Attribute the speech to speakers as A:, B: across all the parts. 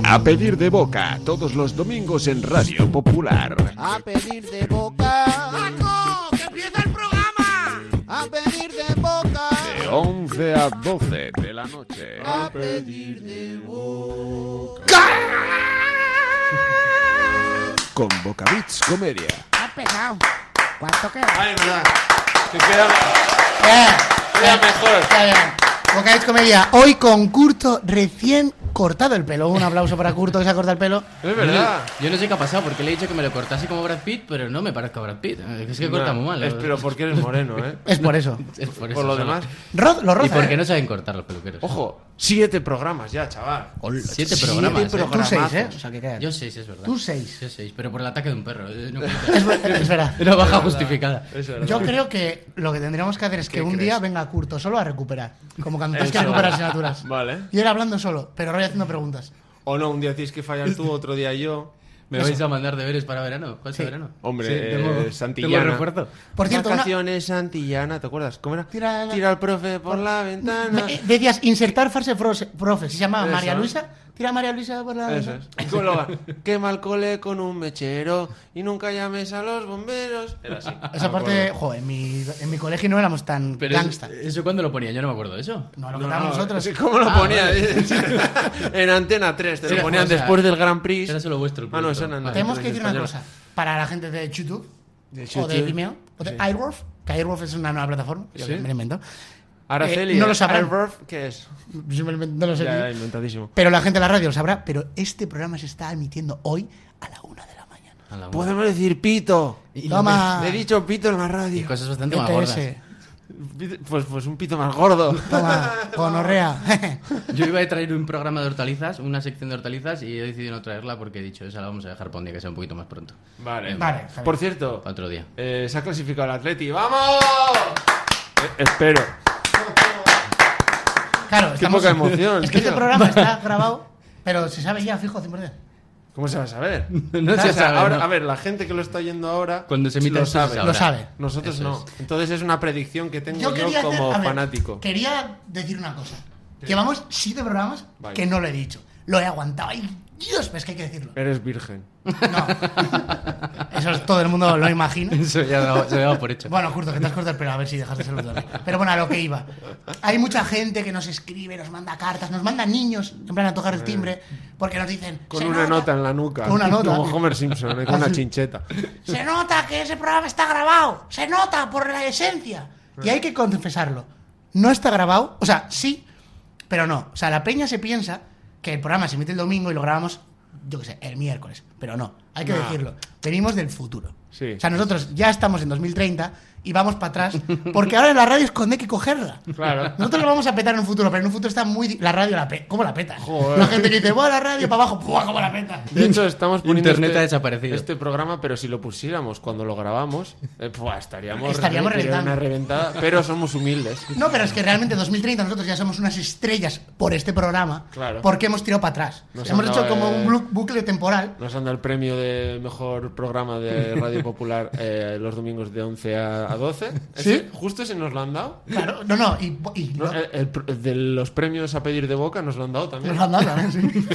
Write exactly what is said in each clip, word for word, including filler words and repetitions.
A: A pedir de boca, todos los domingos en Radio Popular.
B: A pedir de boca.
C: ¡Paco! ¡Que empieza el programa!
B: A pedir de boca.
A: De once a doce de la noche.
B: A pedir de boca.
A: Con Bocabits Comedia.
C: Ha pegado. ¿Cuánto queda?
D: Ay, verdad. Que queda,
B: Eh,
D: queda mejor.
B: Está bien. Bocabits Comedia. Hoy con Curto recién cortado el pelo. Un aplauso para Curto que se ha cortado el pelo.
D: Es verdad.
E: Yo no sé qué ha pasado porque le he dicho que me lo cortase como Brad Pitt, pero no me parezco a Brad Pitt. Es que corta
D: No,
E: muy mal.
D: es, pero porque eres moreno, ¿eh?
B: Es por eso.
E: Es por, eso
D: Por lo
E: solo.
D: demás.
B: Ro- lo
E: Y
B: roza.
E: porque
B: ¿eh?
E: no saben cortar los peluqueros.
D: Ojo, siete programas ya, chaval.
E: Siete
B: Sí,
E: programas.
B: Tú
E: ¿eh?
B: seis, ¿eh? O sea, que queda.
E: Yo seis, es verdad.
B: Tú seis.
E: Yo seis, pero por el ataque de un perro. eh, No cuenta.
B: Es, ver- es verdad.
E: Una baja justificada.
D: Es verdad.
B: Yo creo que lo que tendríamos que hacer es que
D: ¿Qué
B: un
D: crees?
B: día venga Curto solo a recuperar. Como cuando tienes que
D: Eso.
B: recuperar asignaturas.
D: Vale.
B: Y él hablando solo, pero Roy haciendo preguntas.
D: O no, un día tienes que fallar tú, otro día yo.
E: ¿Me vais a mandar deberes para verano? ¿Cuál es el verano?
D: Hombre,
E: Sí, tengo,
D: eh,
E: tengo
D: Santillana.
E: refuerzo.
B: Por cierto, una-
D: Vacaciones Santillana, ¿te acuerdas? ¿Cómo era?
B: Tira-
D: Tira al profe por la ventana.
B: Me- decías insertar frase frose- profe. Si se llama
D: Eso.
B: María Luisa, tira a María Luisa por la.
D: Eso es. Y cómo lo va. Quema el cole con un mechero y nunca llames a los bomberos. Era así.
B: Esa parte, joder, en mi, en mi colegio no éramos tan
E: Pero
B: gangsta.
E: eso, ¿eso cuándo lo ponía? Yo no me acuerdo de eso.
B: No, lo
D: No,
B: contamos
D: no,
B: nosotros.
D: sí, ¿cómo lo
E: Ah,
D: ponían?
E: vale.
D: En Antena tres, te
E: Sí,
D: lo ponían
E: o sea,
D: después del Grand Prix.
E: Era solo vuestro el
D: Ah, no,
E: proyecto.
D: eso era en
E: Vale.
B: Tenemos que decir una
D: española.
B: cosa. Para la gente de YouTube,
D: De
B: o de
D: YouTube.
B: Vimeo, o de
D: Sí.
B: Airwolf, que Airwolf es una nueva plataforma, yo
D: Sí.
B: me lo invento.
D: Araceli,
B: Eh, no lo sabrán.
D: Airworth, ¿qué es?
B: Yo me lo invento, no lo sé.
D: Ya,
B: tío.
D: ya, inventadísimo.
B: Pero la gente de la radio lo sabrá. Pero este programa se está emitiendo hoy a la una de la mañana.
E: A la una.
D: Podemos decir pito.
E: Y-
B: Toma.
D: Le he dicho pito en la
E: Y
D: radio.
E: cosas bastante más gordas.
B: B T S.
D: Pito- Pues, pues un pito más gordo.
B: Toma, gonorrea.
E: Yo iba a traer un programa de hortalizas, una sección de hortalizas, y he decidido no traerla porque he dicho, esa la vamos a dejar para un día que sea un poquito más pronto.
D: Vale.
B: Vale, está bien.
D: Por cierto,
E: Para otro día.
D: eh, se ha clasificado el Atleti. ¡Vamos! Eh, espero.
B: Claro, estamos...
D: poca emoción,
B: Es que este
D: tío.
B: programa está grabado, pero se sabe ya, fijo, cien por ciento.
D: ¿Cómo se va a saber?
E: No
D: O
E: se
D: sea,
E: sabe,
D: ahora,
E: ¿no?
D: A ver, la gente que lo está oyendo ahora
E: Cuando se emita
D: lo
E: esto se
D: sabe.
E: sabrá.
B: Lo sabe.
D: Nosotros
E: Eso
D: no.
E: es.
D: Entonces es una predicción que tengo yo,
B: quería hacer-
D: como
B: a ver,
D: fanático.
B: Quería decir una cosa. Llevamos siete programas
D: Vaya.
B: que no lo he dicho. Lo he aguantado. ¡Ay, Dios! Pues que hay que decirlo.
D: Eres virgen.
B: No. Eso es, todo el mundo lo imagina.
E: Eso ya daba- se daba por hecho.
B: Bueno, Curto, que te has cortado el pelo, a ver si dejas de saludarme. Pero bueno, a lo que iba. Hay mucha gente que nos escribe, nos manda cartas, nos manda niños, en plan a tocar el timbre, porque nos dicen...
D: Con
B: "Se
D: una
B: nota-
D: nota en la nuca.
B: Con una nota.
D: Como Homer Simpson, eh, con una
B: Así.
D: chincheta.
B: Se nota que ese programa está grabado. Se nota por la esencia. Y hay que confesarlo. No está grabado. O sea, sí, pero no. O sea, la peña se piensa que el programa se emite el domingo y lo grabamos, yo qué sé, el miércoles. Pero no, hay que
D: No.
B: decirlo. Venimos del futuro.
D: Sí.
B: O sea, nosotros ya estamos en dos mil treinta y vamos para atrás, porque ahora la radio es cuando hay que cogerla.
D: Claro.
B: Nosotros lo vamos a petar en un futuro, pero en un futuro está muy... di- La radio, la pe... ¿cómo la peta?
D: Joder.
B: La gente que dice, ¡buah, la radio para abajo! ¡Buah, cómo la peta!
D: De hecho, estamos poniendo
E: Internet
D: este,
E: ha desaparecido.
D: este programa, pero si lo pusiéramos cuando lo grabamos, eh, pues, estaríamos,
B: Estaríamos
D: re-
B: reventando.
D: una reventada, pero somos humildes.
B: No, pero es que realmente en dos mil treinta nosotros ya somos unas estrellas por este programa,
D: Claro.
B: porque hemos tirado para atrás.
D: Nos
B: hemos
D: han
B: hecho
D: dado,
B: como
D: eh,
B: un blu- bucle temporal.
D: Nos han dado el premio de mejor programa de Radio Popular eh, los domingos de once a doce.
B: ¿Sí?
D: Ese- justo ese nos lo han dado.
B: Claro, no, no, y, y
D: No,
B: no,
D: el- el pr- de los premios a pedir de boca nos lo han dado también.
B: nos lo han dado también, sí.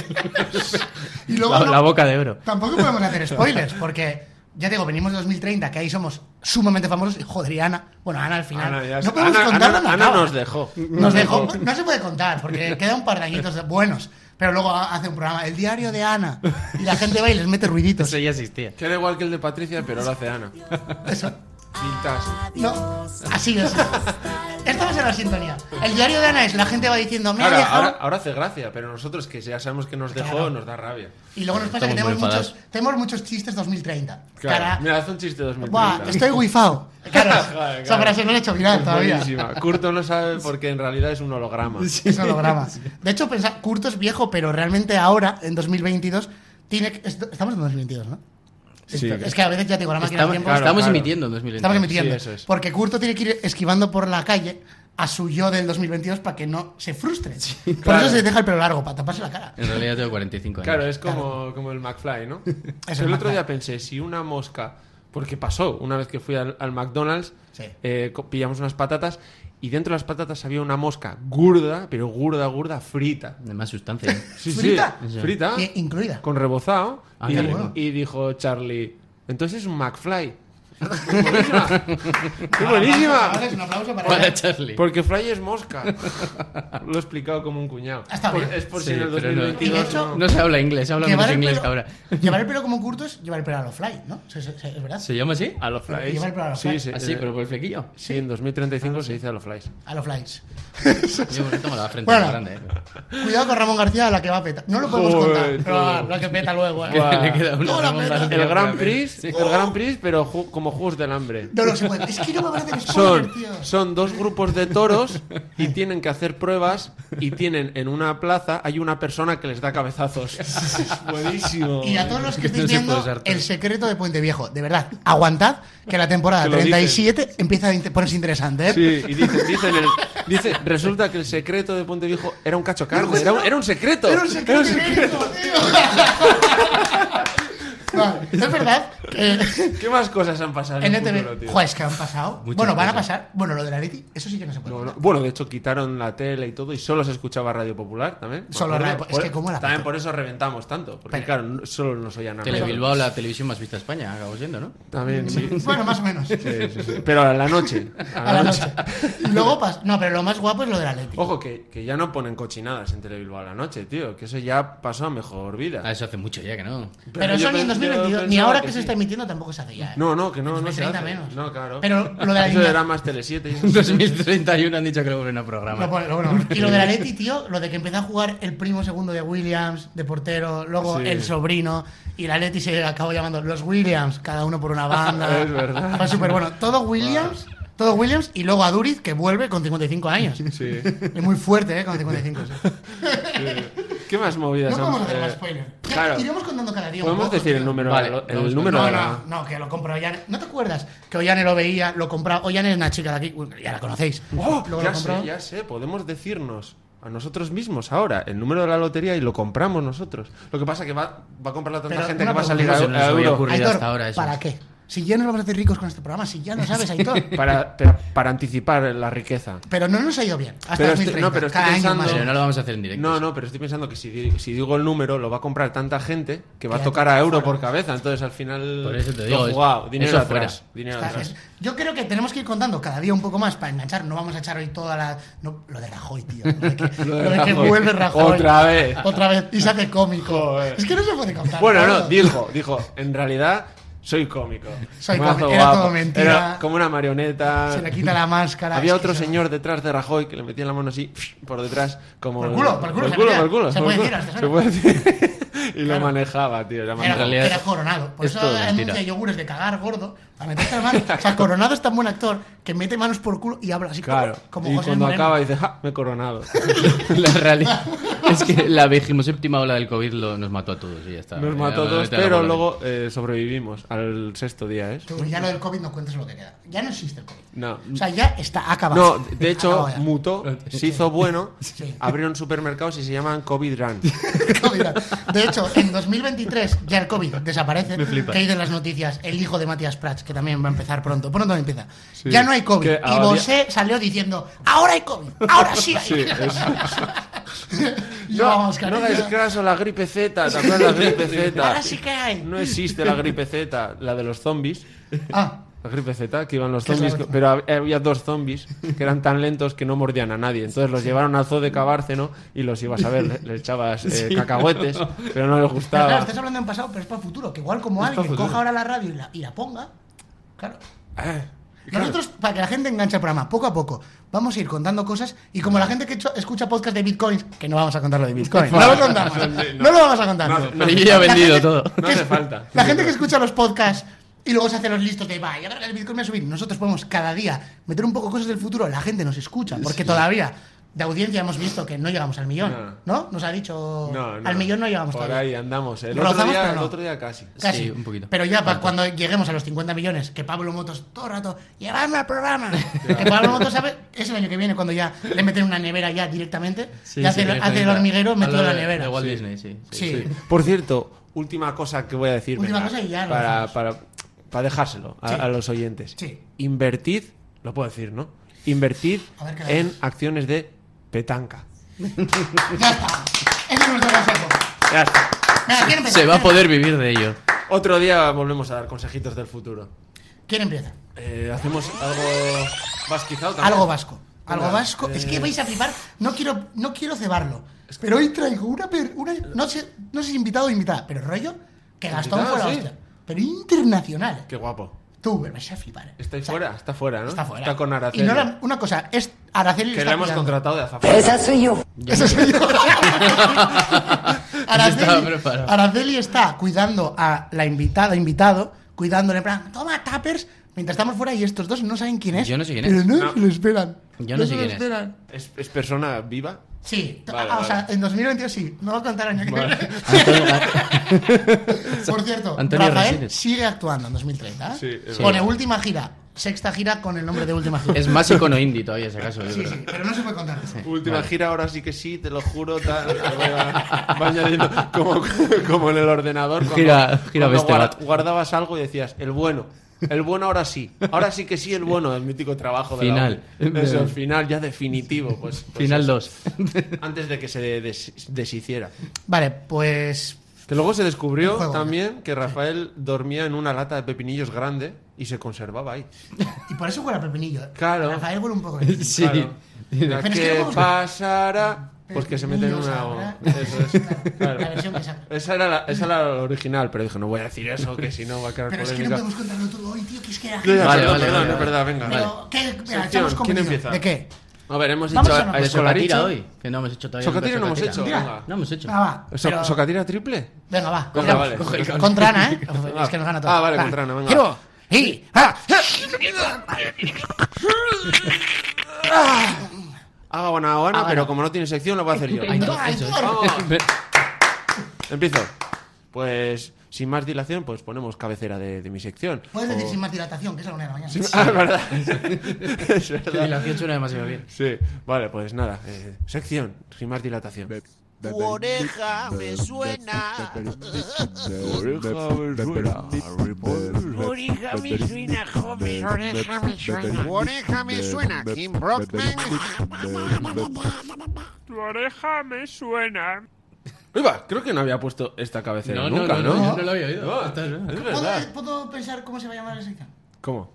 B: Y luego
E: La,
B: no-
E: la boca de oro.
B: tampoco podemos hacer spoilers, porque ya te digo, venimos de dos mil treinta, que ahí somos sumamente famosos, y joder, y Ana, bueno, Ana al final,
D: Ana, ya
B: no
D: sé.
B: podemos
D: Ana-
B: contar
D: Ana-
B: dónde
D: Ana
B: acaba.
D: nos dejó.
B: Nos dejó, no se puede contar, porque queda un par de añitos de- buenos, pero luego hace un programa, el diario de Ana, y la gente va y les mete ruiditos.
E: Eso ya existía.
D: Queda igual que el de Patricia, pero lo hace Ana.
B: Eso.
D: Pintas.
B: No, así es. Estamos en la sintonía. El diario de Ana es, la gente va diciendo, me ha
D: Ahora,
B: dejado...
D: ahora, ahora hace gracia, pero nosotros que ya sabemos que nos dejó,
B: Claro.
D: nos da rabia.
B: Y luego nos pasa que
E: Estamos muy
B: tenemos muchos,
E: enfadados.
B: tenemos muchos chistes dos mil treinta.
D: Claro.
B: Cara,
D: Mira, haz un chiste dos mil
B: buah,
D: treinta.
B: estoy wifao. Claro,
D: Joder,
B: o sea, para ser no he hecho viral todavía.
D: Buenísima. Curto no sabe porque en realidad es un holograma.
B: Es holograma. De hecho, pensad, Curto es viejo, pero realmente ahora, en dos mil veintidós, tiene que- est- estamos en dos mil veintidós, ¿no?
D: Sí.
B: Es que a veces ya tengo la máquina
E: Estamos,
B: del tiempo.
D: claro,
E: estamos
D: claro.
E: emitiendo en dos mil veinte.
B: Estamos emitiendo.
D: Sí, eso es.
B: Porque Curto tiene que ir esquivando por la calle a su yo del dos mil veintidós para que no se frustre. Por
D: claro.
B: eso se deja el pelo largo, para taparse la cara.
E: En realidad tengo cuarenta y cinco años.
D: Claro, es como, como el McFly, ¿no?
B: Es
D: el
B: el
D: otro
B: McFly.
D: día pensé, si una mosca, porque pasó una vez que fui al, al McDonald's,
B: Sí.
D: eh, co- pillamos unas patatas y dentro de las patatas había una mosca gorda, pero gorda, gorda, frita.
E: De más sustancia.
D: Sí,
B: ¿Frita?
D: sí, frita,
B: I- incluida.
D: con rebozado.
E: Ah,
D: y,
E: qué rico.
D: y dijo Charlie, entonces es un McFly. ¡Buenísima! ¡Qué buenísima!
B: Chavales, un aplauso para
E: Para
B: él.
E: Charlie.
D: Porque Fly es mosca. Lo he explicado como un cuñado.
B: Está bien.
D: Por- es por
E: Sí,
D: si en el
E: pero
D: dos mil veintidós
B: no. Y de hecho-
D: no-
E: No se habla inglés, se habla
B: Llevar
E: menos
B: el
E: inglés
B: pelo-
E: que ahora.
B: Llevar el pelo como Curto es llevar el pelo a lo fly, ¿no? Sí, sí, sí, es verdad.
E: ¿Se llama así?
D: A los flies.
B: Lleva el pelo a los
D: Sí,
B: flies.
D: sí.
E: Ah, sí,
D: eh,
E: pero por el flequillo.
D: sí, en dos mil treinta y cinco se dice a los flies.
B: A los flies.
E: Yo por tengo la frente
B: Bueno.
E: más grande. ¿eh?
B: Cuidado con Ramón García, la que va a petar. No lo podemos
D: Joder,
B: contar, pero
D: todo.
B: va, la que peta luego. ¿eh?
E: Que le queda una
B: No, la
E: Ramón
B: pena.
E: García
D: El Gran
E: para
D: Prix,
E: ver.
D: el Gran Prix, pero ju- como Juegos del Hambre.
B: No lo se puede. Es que no me van a hacer spoiler,
D: Son,
B: tío.
D: son dos grupos de toros y tienen que hacer pruebas y tienen en una plaza hay una persona que les da cabezazos. Buenísimo.
B: Y a todos los que
E: Que
B: estáis
E: no se
B: viendo
E: puede usar todo.
B: El secreto de Puente Viejo, de verdad, aguantad que la temporada
D: Que lo
B: treinta y siete empieza a inte- ponerse interesante, ¿eh?
D: Sí, y dicen, dicen el, dice, resulta que el secreto de Puente Viejo era un cacho carne, era un, era un secreto.
B: Era un secreto, ibérico, tío. Vale, es verdad que
D: ¿Qué más cosas han pasado en
B: en
D: el
B: E T V,
D: futuro, tío?
B: joder, es que han pasado.
E: Muchas
B: Bueno, van a
E: cosas.
B: pasar. Bueno, lo de la Leti, eso sí que no se puede.
D: No, no.
B: contar.
D: Bueno, de hecho quitaron la tele y todo y solo se escuchaba Radio Popular también. me
B: Solo
D: acuerdo.
B: Radio- es
D: Por-
B: que cómo la
D: También
B: petó.
D: por eso reventamos tanto, porque
B: Pero-
D: claro, no- solo nos oían a
E: Tele
D: nosotros.
E: Bilbao, la televisión más vista de España, acabo siendo, ¿no?
D: También, sí.
B: Bueno, más o menos.
D: Sí, sí, sí. Pero a la noche.
B: A la noche. Y luego pasa. No, pero lo más guapo es lo de la Leti.
D: Ojo, que, que ya no ponen cochinadas en Telebilbao a la noche, tío. Que eso ya pasó a mejor vida.
E: Ah, eso hace mucho ya que no.
B: Pero
D: yo
B: eso ni en
D: pens-
B: dos mil
D: yo
B: veintidós, ni
D: pensaba
B: ahora
D: que
B: que, se
D: sí.
B: está emitiendo tampoco se hace ya. ¿eh?
D: No, no, que no,
B: En
D: no se
B: dos mil treinta
D: hace.
B: menos.
D: No, claro.
B: Pero lo de la
D: Eso
B: línea-
D: era más Tele siete. y
E: En
D: eso.
E: dos mil treinta y uno han dicho que lo vuelven a programa.
B: Lo pone- lo bueno. Y lo de la Leti, tío, lo de que empezó a jugar el primo segundo de Williams, de portero, luego
D: Sí.
B: el sobrino, y la Leti se acabó llamando los Williams, cada uno por una banda.
D: Es verdad.
B: Fue súper bueno. Todo Williams, todo Williams, y luego a Duriz, que vuelve con cincuenta y cinco años.
D: Sí.
B: Es muy fuerte, ¿eh? Con cincuenta y cinco. Sí.
D: ¿Qué más movidas
B: No
D: han-
B: podemos hacer
D: eh,
B: más spoiler. Ya
D: claro.
B: Iremos contando cada día un
D: Podemos
B: poco,
D: decir el
B: tío.
D: número.
E: Vale,
D: el
E: vamos
D: número
B: No,
D: de
B: no,
D: la-
B: no, que lo compra Ollane. ¿No te acuerdas? Que Ollane lo veía, lo compraba. Ollane es una chica de aquí, bueno, ya la conocéis.
D: Oh,
B: Luego
D: ya
B: lo compró.
D: sé, ya sé. Podemos decirnos a nosotros mismos ahora el número de la lotería y lo compramos nosotros. Lo que pasa que va, va a comprarla tanta
B: Pero
D: gente
B: una
D: que va a salir a,
E: pregunta,
D: a
E: se nos había
D: euro.
E: ocurrido.
B: Aitor,
E: hasta ahora eso.
B: ¿para qué? Si ya nos vamos a hacer ricos con este programa, si ya lo sabes, Aitor.
D: Para, para, para anticipar la riqueza.
B: Pero no nos ha ido bien. Hasta
D: Pero
B: dos mil
D: estoy-
B: treinta,
D: no, pero estoy
B: cada año
D: pensando-
B: más.
E: Pero no lo vamos a hacer en directo.
D: No, no, pero estoy pensando que si, di- si digo el número lo va a comprar tanta gente que va a
B: Que
D: tocar a euro
B: fuera.
D: por cabeza. Entonces al final.
E: Por eso te
D: lo
E: digo,
D: he jugado. Dinero
E: eso
D: atrás.
E: fuera.
D: Dinero
B: Está-
D: atrás.
B: es- yo creo que tenemos que ir contando cada día un poco más para enganchar. No vamos a echar hoy toda la. No, lo de Rajoy, tío. Lo de que,
D: Lo de
B: lo de que
D: Rajoy.
B: vuelve Rajoy.
D: Otra vez.
B: Otra vez. Y se hace cómico.
D: Joder.
B: Es que no se puede contar.
D: Bueno,
B: todo.
D: no, dijo, dijo, en realidad soy cómico.
B: Soy
D: Mazo
B: cómico, era
D: guapo.
B: todo mentira.
D: Era como una marioneta.
B: Se le quita la máscara.
D: Había
B: es que
D: otro
B: eso-
D: señor detrás de Rajoy que le metía la mano así por detrás, como
B: Por el culo, por el culo,
D: por
B: se
D: culo,
B: metía.
D: por el culo,
B: Se
D: por el
B: puede
D: culo.
B: decir, hasta
D: Se puede decir. Y
B: Claro.
D: lo manejaba, tío. Era
B: Era,
D: manejaba.
E: realidad
B: era
E: es-
B: Coronado. Por
E: es
B: eso
E: todo mentira.
B: anuncia yogures de cagar gordo. Para meterte la mano. O sea, Coronado es tan buen actor que mete manos por culo y habla así
D: Claro.
B: como
D: Y
B: José
D: cuando
B: Moreno.
D: acaba dice, ¡ja! Me he coronado.
E: La realidad es que la vigimoséptima ola del COVID lo, nos mató a todos y ya está.
D: Nos
E: Ya,
D: mató a
E: ya,
D: todos,
E: vete a la
D: pero
E: bola.
D: luego eh, sobrevivimos al sexto día, ¿eh?
B: Tú, ya lo del COVID no cuentes lo que queda. Ya no existe el COVID.
D: No.
B: O sea, ya está acabado.
D: No, de hecho,
B: Acabado ya.
D: mutó, se hizo bueno,
B: Sí.
D: abrieron supermercados y se llaman COVID Run.
B: COVID. De hecho, en dos mil veintitrés ya el COVID desaparece.
E: Me flipa.
B: Que hay de las noticias el hijo de Matías Prats, que también va a empezar pronto. Pronto empieza. Ya no hay COVID.
D: Que
B: Y
D: había-
B: Bosé salió diciendo, ahora hay COVID. Ahora sí hay.
D: Sí, eso.
B: Y
D: No,
B: vamos,
D: no
B: cariño.
D: hagáis caso a la gripe Z, ¿te acuerdas de la gripe Z?
B: Ahora sí que hay.
D: No existe la gripe Z, la de los zombies.
B: Ah,
D: La gripe Z, que iban los
B: ¿Qué es la
D: zombies,
B: gripe?
D: pero hab- había dos zombies que eran tan lentos que no mordían a nadie. Entonces los llevaron al zoo de Cabárceno y los ibas a ver, le, le echabas eh, cacahuetes, pero no les
B: pero claro,
D: gustaba.
B: estás hablando en pasado, pero es para el futuro. Que igual como
E: Es para
B: alguien
E: futuro.
B: coja ahora la radio y la, y la ponga, claro.
D: Eh, claro.
B: Nosotros, para que la gente enganche el programa, poco a poco, vamos a ir contando cosas. Y como la gente que echo- escucha podcast de bitcoins, que no vamos a contar lo de bitcoin, no lo contamos, no lo vamos a contar.
D: No, no,
E: Pero yo ya he
B: La
E: vendido
B: gente-
E: todo.
D: No
B: que
D: hace
B: es-
D: falta.
B: La gente que escucha los podcasts y luego se hace los listos de, va, y ahora el bitcoin va a subir. Nosotros podemos cada día meter un poco cosas del futuro. La gente nos escucha, porque todavía de audiencia hemos visto que no llegamos al millón,
D: No.
B: ¿no? Nos ha dicho,
D: No, no.
B: al millón no llegamos
D: Por
B: todavía.
D: ahí andamos. El otro,
B: Rozamos,
D: día,
B: pero no.
D: el otro día casi.
B: Casi,
E: Sí, un poquito.
B: Pero ya para cuando lleguemos a los cincuenta millones, que Pablo Motos todo el rato, llevadme al programa. Que Pablo Motos sabe, es el año que viene cuando ya le meten una nevera ya directamente.
E: Sí,
B: y hace,
E: sí,
B: hace el
E: referente
B: hormiguero
E: a
B: metido
E: lo
B: en la
E: de-
B: nevera.
E: de Walt
B: Sí.
E: Disney, sí.
B: Sí.
D: Por cierto, última cosa que voy a decir.
B: Última
D: venga,
B: cosa y ya lo
D: para,
B: dejamos.
D: para, para dejárselo a,
B: Sí.
D: a los oyentes.
B: Sí.
D: Invertid, lo puedo decir, ¿no? invertid
B: A ver qué
D: en
B: leemos.
D: acciones de petanca.
B: Ya está. Ese es nuestro consejo.
D: Ya está.
B: Venga, ¿quién empieza?
E: Se va a
B: ¿Quién
E: poder vivir de ello.
D: Otro día volvemos a dar consejitos del futuro.
B: ¿Quién empieza?
D: Eh, Hacemos algo vasquizado también.
B: Algo vasco. Algo
D: Venga,
B: vasco.
D: eh,
B: Es que vais a flipar. No quiero, no quiero cebarlo. Pero hoy traigo una, per- una no sé, no sé si invitado o invitada, pero rollo que Gastón
D: Invitado,
B: fue la
D: sí.
B: hostia. Pero internacional.
D: Qué guapo.
B: Tú me vais a flipar. eh.
D: Está ahí
B: O sea,
D: fuera, está fuera, ¿no?
B: Está fuera.
D: Está con Araceli.
B: Y no la- una cosa, es Araceli le
D: Que
B: está
D: la hemos
B: cuidando.
D: contratado de azafata.
F: Esa soy yo.
B: Eso soy yo.
E: Estaba
B: Araceli,
E: preparado.
B: Araceli está cuidando a la invitada, invitado, cuidándole en plan, toma tappers, mientras estamos fuera y estos dos no saben quién es.
E: Yo no sé quién
B: pero
E: es.
B: no,
D: No.
B: se lo esperan.
E: Yo no sé
B: se lo
E: quién es.
B: esperan.
D: ¿Es, es persona viva?
B: Sí,
D: Vale,
B: ah, o
D: vale.
B: sea, en dos mil veintidós sí, no va a contar año que
D: Vale.
B: viene.
E: Antonio,
B: Por cierto,
E: Antonio
B: Rafael
E: Resines.
B: sigue actuando en dos mil treinta. ¿eh?
D: Sí, es
B: Pone
D: verdad.
B: última gira, sexta gira con el nombre de última gira.
E: es más icono indie todavía, si acaso. yo
B: Sí,
E: creo.
B: sí, pero no se puede contar.
D: Última
E: Vale.
D: gira, ahora sí que sí, te lo juro. Tal, va, va añadiendo, como, como en el ordenador. Cuando,
E: Gira- gira
D: cuando
E: Bestebat.
D: guar- guardabas algo y decías, el bueno. El bueno ahora sí. Ahora sí que sí, el bueno. El mítico trabajo de
E: Final.
D: la uni. Eso, el final ya definitivo. Pues, pues
E: Final
D: eso.
E: dos.
D: Antes de que se des- deshiciera.
B: Vale, pues
D: Que luego se
B: Un
D: descubrió
B: juego,
D: también que Rafael dormía en una lata de pepinillos grande y se conservaba ahí.
B: y por eso huele a pepinillo. ¿eh?
D: Claro.
B: Rafael huele un poco de
E: Sí.
D: Claro.
B: Pero es que
D: ¿Qué
B: vamos-
D: pasará? Pues que se mete en
B: Pepinillos
D: una...
B: ahora.
D: Eso es. Claro.
B: La versión que saca.
D: Esa era, la, esa era la original, pero dije, no voy a decir eso, que si no va a crear
B: Pero es que no
D: polémica.
B: podemos contarlo todo hoy, tío, que es que era
D: Ya, ya,
E: Vale,
D: perdón,
E: vale,
D: perdón,
E: vale,
D: es verdad, venga.
B: Pero, ¿qué? Venga,
D: Sección,
B: echamos
D: ¿quién
B: competición.
D: empieza?
B: ¿De qué?
D: A ver, hemos
B: Vamos
D: hecho
B: a una-
E: De Socatira
D: escolaricho.
E: hoy, que no hemos hecho todavía.
D: Socatira no
E: nunca
D: hemos hecho,
E: Socatira.
D: venga.
E: No hemos hecho.
B: Ah, va.
D: So-
B: pero-
D: ¿Socatira triple?
B: Venga, va.
D: Venga,
B: coge-
D: vale.
B: coge el-
D: Contra
B: Contra Ana, ¿eh?
D: Ah,
B: Es que nos gana todo.
D: ah, vale,
B: Va.
D: contra Ana, venga.
B: Quiero. Y. Ah.
D: Haga buena buena,
E: Ah,
D: pero
E: bueno.
D: como no tiene sección, lo voy a hacer yo.
E: Ay, no,
B: Ay,
E: eso es.
B: por-
D: Empiezo. Pues, sin más dilación, pues ponemos cabecera de, de mi sección.
B: Puedes decir
D: O-
B: sin más dilatación, que es la una de la mañana.
D: Ah, es verdad. Es
E: Y
D: verdad.
E: la acción suena demasiado bien.
D: Sí, vale, pues nada. eh, sección, sin más dilatación.
C: Tu oreja me suena.
A: Tu
C: Oreja me suena, joven. Oreja me suena. Tu oreja me suena, Kim Brockman.
A: Tu oreja me suena.
D: Uy, va, creo que no había puesto esta cabecera
E: No, no,
D: nunca,
E: no,
D: ¿no?
E: no, yo no lo había oído.
D: No,
E: Esta es-
D: es
B: ¿Puedo,
D: verdad.
B: ¿Puedo pensar cómo se va a llamar la sección?
D: ¿Cómo?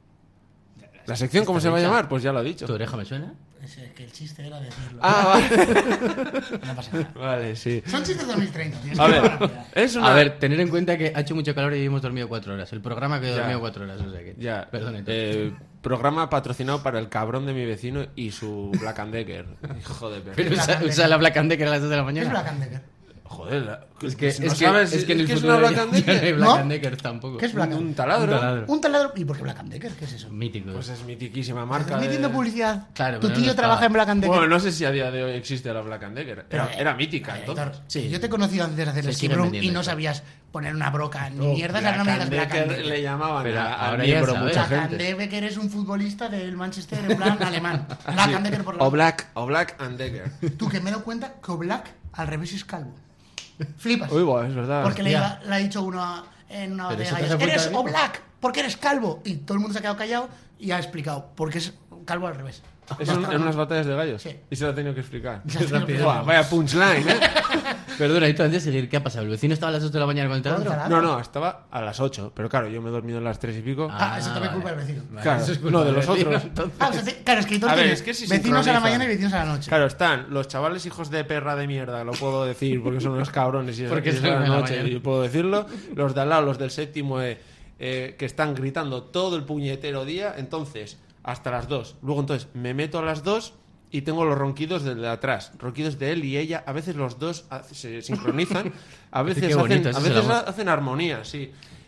D: ¿La sección cómo se va a llamar? Pues ya lo ha dicho.
E: ¿Tu oreja me suena?
B: Es eh, que el chiste era decirlo.
D: Ah, vale.
B: No pasa nada.
D: Vale, sí.
B: Son chistes de dos mil treinta. tío, es
D: A
B: que
D: ver,
B: no van a pillar.
D: es una...
E: A ver, tener en cuenta que ha hecho mucho calor y hemos dormido cuatro horas. El programa que he
D: Ya.
E: dormido cuatro horas, o sea que...
D: Ya,
E: Perdón, entonces.
D: eh, programa patrocinado para el cabrón de mi vecino y su Black and Decker. Hijo de perra.
E: Pero
B: Black
E: usa,
B: and
E: usa la Black and Decker a las dos de la
B: ¿Qué es
E: mañana.
B: Black and Decker?
D: Joder, la-
E: Es que,
D: ¿no
E: es, que,
D: sabes
E: es que en el
D: qué es
E: futuro
D: una Black
E: ya-
D: and
E: ya no hay
D: Decker?
E: Black
B: ¿No?
E: and Decker tampoco.
B: ¿Qué es Black and
D: Un
E: Un
D: taladro.
E: taladro.
B: Un taladro. ¿Y por qué Black and Decker? ¿Qué es eso?
E: Mítico.
D: Pues es mitiquísima marca.
B: ¿Estás
D: de-
B: metiendo publicidad?
E: Claro,
B: Tu
E: pero
B: tío
E: no
B: trabaja
E: estaba.
B: en Black and Decker.
D: Bueno, no sé si a día de hoy existe la Black and Decker. Era,
B: Pero, eh,
D: era mítica,
B: Vale,
D: entonces.
B: Héctor,
E: Sí.
B: Yo te he conocido antes de hacer
E: Se
B: el
E: sigue
B: Skip Room y
E: vendiendo
B: no
E: esto.
B: sabías poner una broca ni mierdas. Ahora no me digas
D: Black
B: Black and
D: and
B: Decker.
D: Decker le llamaban
E: Pero
D: a- al
E: ahora ya
D: miembro
E: sabes.
D: mucha
B: Black and
D: gente.
B: Decker es un futbolista del Manchester en plan alemán. Black and Decker por la
D: O Black, o Black and Decker.
B: Tú que me he dado cuenta que Black al revés es calvo. Flipas.
D: Uy, buah, es verdad.
B: Porque le,
E: Ya.
B: iba- le ha dicho uno a- en una
E: Pero
B: batalla
E: eso
B: de
E: te
B: gallos,
E: hace
B: eres
E: vuelta
B: o
E: de
B: Black, porque eres calvo. Y todo el mundo se ha quedado callado y ha explicado porque es calvo al revés.
D: Eso en, en unas batallas de gallos.
B: Sí.
D: Y se lo ha tenido que explicar.
E: Rápido.
D: Buah, vaya punchline, ¿eh?
E: Perdona, y tú antes de seguir, ¿qué ha pasado? ¿El vecino estaba a las ocho de la mañana con el taladro?
B: taladro.
D: No, no, estaba a las ocho. Pero claro, yo me he dormido a las tres y pico.
B: Ah, eso también es
E: vale.
B: culpa del vecino.
E: Vale,
D: Claro,
E: eso es culpa
D: no, de
E: del
D: los
E: vecino,
D: otros.
E: entonces.
B: Ah, o sea, te- claro, es que Hitor
D: A ver,
B: tiene
D: es que si
B: vecinos a la
D: sincronizan.
B: mañana y vecinos a la noche.
D: Claro, están los chavales hijos de perra de mierda, lo puedo decir porque son unos cabrones y es,
E: Porque
D: y es
E: salen
D: la
E: en la
D: noche
E: mañana.
D: y puedo decirlo. Los de al lado, los del séptimo, eh, eh, que están gritando todo el puñetero día, entonces hasta las dos. Luego entonces me meto a las dos y tengo los ronquidos del de atrás, ronquidos de él y ella. A veces los dos ha- se sincronizan, a veces,
E: Qué
D: hacen,
E: bonito,
D: a
E: ese es el
D: veces
E: amor.
D: hacen armonía, sí.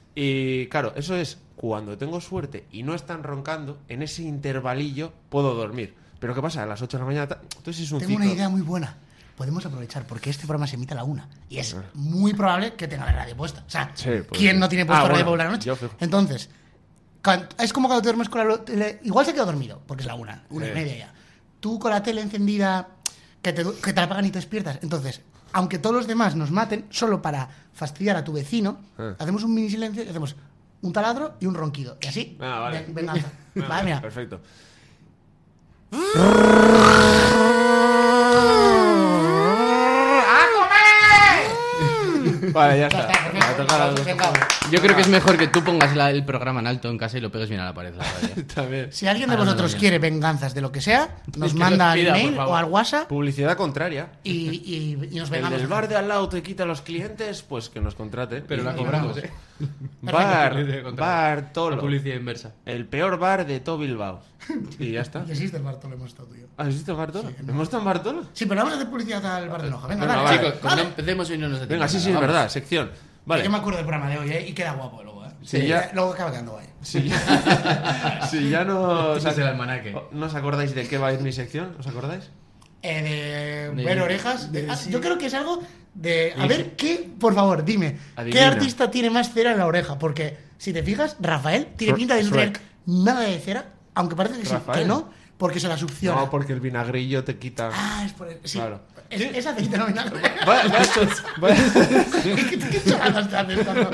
D: Y claro, eso es cuando tengo suerte y no están roncando, en ese intervalillo puedo dormir. Pero ¿qué pasa? A las ocho de la mañana... ta- Entonces es un
B: Tengo
D: ciclo.
B: una idea muy buena. Podemos aprovechar porque este programa se emite a la una. Y es muy probable que tenga la radio puesta. O sea,
D: Sí, pues
B: ¿quién
D: sí.
B: no tiene puesto
D: Ah,
B: radio
D: bueno,
B: por la noche?
D: yo fijo.
B: Entonces, cuan- es como cuando te duermes con la lo- tele. Igual se quedó dormido, porque es la una, una
D: Sí.
B: y media ya. Tú con la tele encendida, que te, du- que te la apagan y te despiertas. Entonces, aunque todos los demás nos maten, solo para fastidiar a tu vecino,
D: Ah.
B: hacemos un mini silencio y hacemos un taladro y un ronquido. Y así,
D: Ah, vale.
B: ven- venganza.
D: Ah,
B: Vale, mira.
D: Perfecto. Vale, ya
B: Ya
D: está.
B: está, perfecto.
D: Me ha tocado las dos.
B: Venga.
E: Yo creo que es mejor que tú pongas la- el programa en alto en casa y lo pegues bien a la pared. La radio.
D: También.
B: Si alguien de
E: Ahora no
B: vosotros
E: lo
B: quiere venganzas de lo que sea, nos
E: que
B: manda
E: nos
B: al
E: pida, por
B: email
E: favor.
B: o al WhatsApp
D: Publicidad contraria.
B: y, y, y nos
D: El
B: vengamos.
D: del bar de al lado te quita a los clientes, pues que nos contrate.
E: Pero
D: Y-
E: la
D: y
E: cobramos,
D: vamos.
E: ¿eh?
D: Bar,
E: Publicidad contraria.
D: bar Tolo.
E: La publicidad inversa.
D: El peor bar de todo Bilbao. Y ya está.
B: Y existe el Bartolo, hemos estado tú y yo.
D: ¿Has visto Bartolo?
B: Sí, no.
D: ¿Hemos estado en Bartolo?
B: Sí, pero vamos a hacer publicidad al bar de Noja. Venga,
D: Venga,
B: dale,
D: vale.
B: dale,
E: Chicos, como
B: dale.
E: no empecemos hoy no nos
D: Venga, sí, sí, es
E: Vamos.
D: verdad. Sección. Vale.
B: Yo me acuerdo del programa de hoy, ¿eh? Y queda guapo luego, ¿eh?
D: Sí, ya-
B: Luego acaba quedando guay.
D: Si ya, si ya no, os
E: Tienes
D: ac-
E: el almanaque.
D: ¿no os acordáis de qué va a ir mi sección? ¿Os acordáis?
B: Eh, de,
E: De-
B: ver orejas. de-
E: de-
B: ah,
E: sí.
B: Yo creo que es algo de. A ver, ¿qué? Por favor, dime.
D: Adivina.
B: ¿Qué artista tiene más cera en la oreja? Porque si te fijas, Rafael tiene
D: Shrek-
B: pinta de no tener
D: Shrek.
B: nada de cera, aunque parece que sí,
D: ¿Rafael?
B: que no, porque se la succiona.
D: No, porque el vinagrillo te quita.
B: Ah, es por el. Sí.
D: Claro.
B: Es, es aceite no vinagre.
D: Vaya, vaya cho- vaya-
B: ¿Qué, qué chorradas te haces cuando-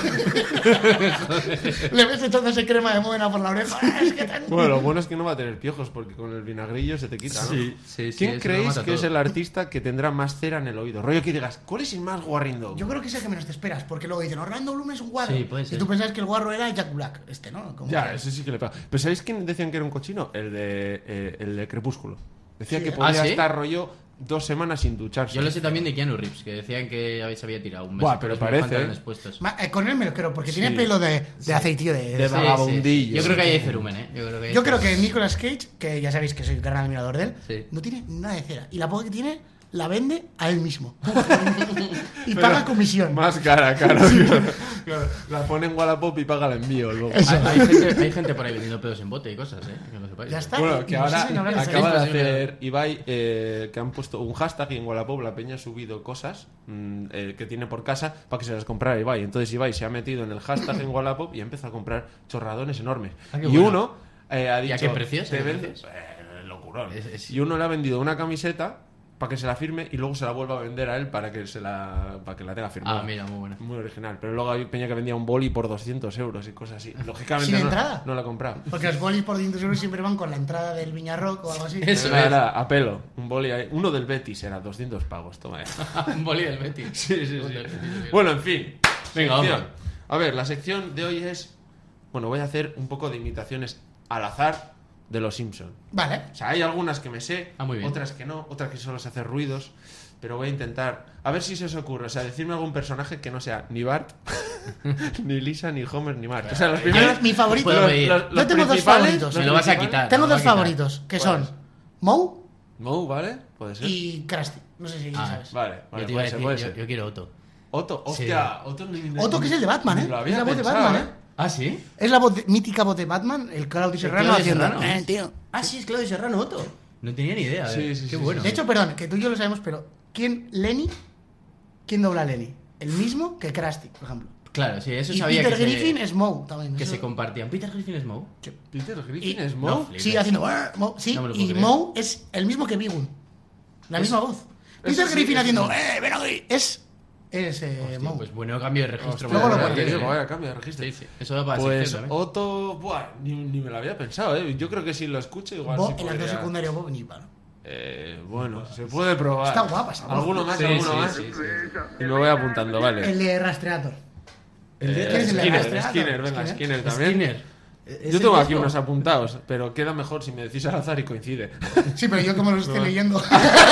B: Le ves echándose crema de móvena por la oreja. Ah, es que tan-
D: Bueno, lo bueno es que no va a tener piojos porque con el vinagrillo se te quita, ¿no?
E: Sí, sí, sí,
D: ¿Quién
E: eso lo
D: creéis
E: mata
D: que es
E: todo.
D: el artista que tendrá más cera en el oído? Rollo que digas, ¿cuál es el más guarrindo?
B: Yo creo que es el que menos te esperas, porque luego dicen, Orlando Bloom es un guarro.
E: Sí, puede ser.
B: Y tú pensabas que el guarro era Jack Black, este, ¿no? Como
D: Ya,
B: que-
D: ese sí que le pega. Pero ¿sabéis quién decían que era un cochino? El de, eh, el de Crepúsculo. Decía
B: Sí,
D: que
B: ¿eh?
D: podía
E: ¿Ah, sí?
D: estar rollo dos semanas sin ducharse.
E: Yo lo sé también de Keanu Reeves, que decían que se había tirado un mes.
D: Buah,
E: con
D: pero
E: los
D: parece,
E: pantalones
D: ¿eh?
E: puestos.
B: Ma- eh, con él me lo creo, porque
D: Sí.
B: tiene pelo de, de aceitillo de...
D: De
E: Sí,
D: vagabundillo.
E: sí. Yo creo que ahí hay cerumen, ¿eh? Yo creo que, hay
B: Yo creo que
E: cerumen.
B: Nicolas Cage, que ya sabéis que soy gran admirador de él,
E: Sí.
B: no tiene nada de cera. Y la poca que tiene, la vende a él mismo. y
D: Pero
B: paga comisión.
D: Más cara, claro. Claro. La pone en Wallapop y paga el envío luego.
B: Eso.
E: Hay, hay gente, hay gente por ahí vendiendo pedos en bote y cosas, ¿eh? Que lo sepáis.
B: Ya está.
D: Bueno,
B: Y
D: que
B: no sé
D: ahora
B: si no hablan de
D: acaba de
E: series, pues,
D: hacer Ibai, eh, que han puesto un hashtag y en Wallapop la peña ha subido cosas mm, eh, que tiene por casa para que se las comprara Ibai. Entonces Ibai se ha metido en el hashtag en Wallapop y empieza a comprar chorradones enormes.
E: Ah, qué
D: y
E: bueno.
D: uno eh, ha
E: ¿Y
D: dicho...
E: a qué precios?
D: te
E: ¿A qué
D: vende-
E: precios?
D: Eh, locurón.
E: Es- es-
D: Y uno le ha vendido una camiseta para que se la firme y luego se la vuelva a vender a él para que se la para que la tenga firmada.
E: Ah, mira, muy buena.
D: Muy original. Pero luego hay peña que vendía un boli por doscientos euros y cosas así. Lógicamente
B: ¿Sin
D: no,
B: entrada?
D: no la ha comprado.
B: Porque los bolis por doscientos euros siempre van con la entrada del Viñarroc o algo así.
E: Eso.
D: Era,
E: es.
D: era a pelo. Un boli ahí. Uno del Betis era doscientos pagos. Toma ya.
E: Un boli del Betis.
D: Sí, sí, sí.
E: Del Betis, sí.
D: Bueno, en fin.
E: Venga,
D: Sección.
E: vamos.
D: A ver, la sección de hoy es... Bueno, voy a hacer un poco de imitaciones al azar de los Simpson.
B: Vale.
D: O sea, hay algunas que me sé,
E: Ah, muy bien.
D: otras que no, otras que solo se hacen ruidos, pero voy a intentar, a ver si se os ocurre, o sea, decirme algún personaje que no sea ni Bart, ni Lisa, ni Homer, ni Marge. O sea, los primeros...
B: Mi favorito.
E: Puedo pedir.
B: Yo tengo dos
D: principales,
B: favoritos.
D: los
E: Me lo vas a
D: principales-
E: quitar.
B: Tengo
E: me lo
B: dos
E: va a quitar.
B: favoritos, que
D: ¿Cuáles?
B: son Moe
D: Moe, ¿vale? Puede ser.
B: y Krusty. No sé si
E: Ah,
B: sabes.
D: Vale,
E: Yo
D: vale,
E: te iba a
D: puede ser,
E: decir,
D: puede
E: yo,
D: ser.
E: yo quiero Otto.
D: Otto, hostia, Otto... ni-
B: Otto, que es el de Batman,
D: ni
B: ¿eh?
D: lo
B: Es
D: había
B: la voz de
D: pensado,
B: Batman,
D: ¿eh?
B: ¿eh?
E: ¿Ah, sí?
B: Es la voz de- mítica voz de Batman, el Claudio Serrano
E: Claudio
B: haciendo...
E: Serrano.
B: Eh, tío.
E: Ah, sí, es Claudio Serrano Otto. No tenía ni idea.
D: Sí,
E: eh.
D: sí,
E: Qué
D: sí,
E: bueno.
B: De hecho, perdón, que tú y yo lo sabemos, pero ¿quién, Lenny? ¿Quién dobla a Lenny? El mismo que Krusty, por ejemplo.
E: Claro, sí, eso
B: Y
E: sabía
B: Peter
E: que,
B: Griffin
E: se,
B: es Moe también.
E: que
B: eso-
E: se compartían. Peter Griffin es Moe.
D: Peter Griffin
B: Y-
D: es Moe.
E: No,
B: Sí,
E: flipes.
B: haciendo... "Arr", Moe, sí,
E: No me lo puedo
B: y
E: creer.
B: Moe es el mismo que Bigun. La misma voz. Peter
D: sí,
B: Griffin
D: eso
B: haciendo...
D: sí.
B: ¡Eh, ven aquí! Es... Es eh,
E: Hostia,
B: Moe.
E: pues bueno, cambio de registro.
B: Luego lo
E: Bueno,
B: pones,
D: Te
E: sí,
D: digo,
E: sí.
D: vaya cambio de registro.
E: Sí, sí. Eso va para
D: Pues
E: sección también.
D: Otto, buah, ni, ni me lo había pensado, ¿eh? Yo creo que si lo escucho igual
B: Bo,
D: sí
B: el actor
D: podría-
B: secundario Bob Nipa, ¿no?
D: Eh, bueno, se puede probar.
B: Está guapa esa voz.
D: ¿Alguno más?
E: Sí,
D: ¿Alguno
E: sí,
D: más?
E: sí, sí.
D: Y me voy apuntando, vale.
B: El de Rastreator.
E: El de-
D: Eh,
B: ¿Quién es el de
D: Skinner,
B: Rastreator?
D: Skinner, venga,
B: Skinner.
D: Skinner también.
E: Skinner. ¿Es
D: Yo
E: el
D: tengo aquí
E: mismo?
D: unos apuntados, pero queda mejor si me decís al azar y coincide.
B: Sí, pero yo como los estoy leyendo...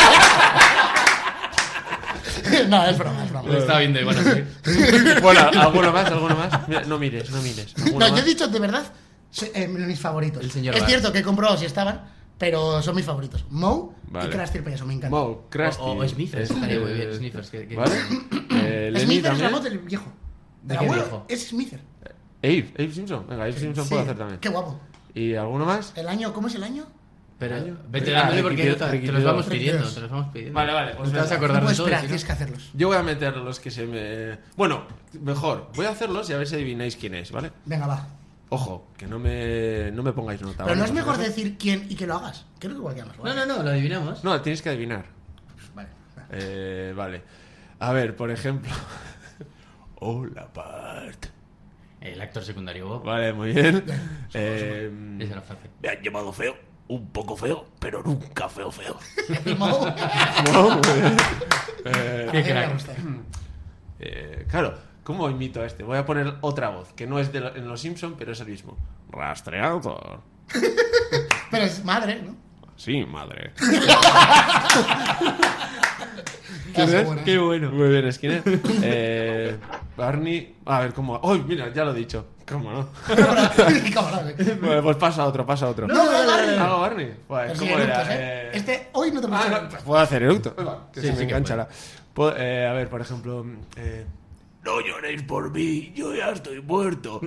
B: no, es broma, es broma.
E: Lo estaba viendo igual así.
D: Bueno, ¿alguno más? ¿Alguno más? Mira, no mires, no mires. ¿Alguno
B: No, yo
D: más?
B: he dicho de verdad se- eh, mis favoritos.
E: El señor
B: es
E: Bar.
B: cierto que he comprobado si estaban, pero son mis favoritos. Moe
D: Vale.
B: y Krusty el payaso, me encanta.
D: Moe, Krusty.
E: O, o Sniffers,
D: es-
E: estaría muy
D: eh,
E: bien. Sniffers. Que, que-
D: ¿Vale? Eh, Lenny
B: Smith es la
D: también.
B: voz del viejo.
E: ¿De
B: Del
E: qué
B: abuelo
E: viejo?
B: es Smither.
D: Abe, Abe Simpson. Venga, Abe Simpson
B: Sí,
D: puede hacer también.
B: Qué guapo.
D: ¿Y alguno más?
B: El año, ¿cómo es el año?
E: Pero
D: Año.
E: vete
D: Ah,
E: dándole porque
D: Ricky-
E: te, te
D: Ricky
E: los vamos
B: Ricky
E: pidiendo.
B: Dios.
E: Te los vamos pidiendo.
D: Vale, vale, pues
E: No te vas a
D: venga.
E: acordar
B: No
E: de
B: puedo
E: todos.
B: esperar,
E: si no-
B: tienes que hacerlos.
D: Yo voy a meter los que se me... Bueno, mejor. Voy a hacerlos y a ver si adivináis quién es, ¿vale?
B: Venga, va.
D: Ojo, que no me, no me pongáis nota.
B: Pero
D: ¿vale?
B: no es
D: Por si
B: mejor
D: acaso.
B: decir quién y que lo hagas. Creo que igual queda más
E: No,
B: guay.
E: no, no, lo adivinamos.
D: No, tienes que adivinar.
B: Vale.
D: Eh, vale. A ver, por ejemplo... Hola, Bart.
E: El actor secundario Bob.
D: Vale, muy bien. Eh,
E: Ese era fácil.
D: me han llamado feo. un poco feo, pero nunca feo feo.
B: Y Moe.
D: Wow, muy bien. Eh,
B: A mí me gusta.
D: eh, claro, ¿cómo imito a este? Voy a poner otra voz, que no es de lo- en Los Simpson, pero es el mismo. Rastreador.
B: Pero es madre, ¿no?
D: Sí, madre.
B: ¿Quién
D: es?
B: buena.
E: Qué bueno.
D: Muy bien, Skinner. Eh, Barney. A ver, ¿cómo? ¡Uy, mira, ya lo he dicho! ¿Cómo no?
B: ¿Cómo no?
D: Bueno, pues pasa otro, pasa otro.
B: No, no, Barney.
D: ¿Hago Barney? Pues,
B: Pero
D: ¿cómo
B: sí,
D: era?
B: eructos, ¿eh?
D: Eh,
B: Este hoy no te
D: Ah,
B: puedo
D: no, pues puedo hacer eructo. Que
E: Sí,
D: se
E: sí
D: me
E: que
D: engancha
E: puede.
D: la. Puedo- eh, a ver, por ejemplo. Eh, no lloréis por mí, yo ya estoy muerto.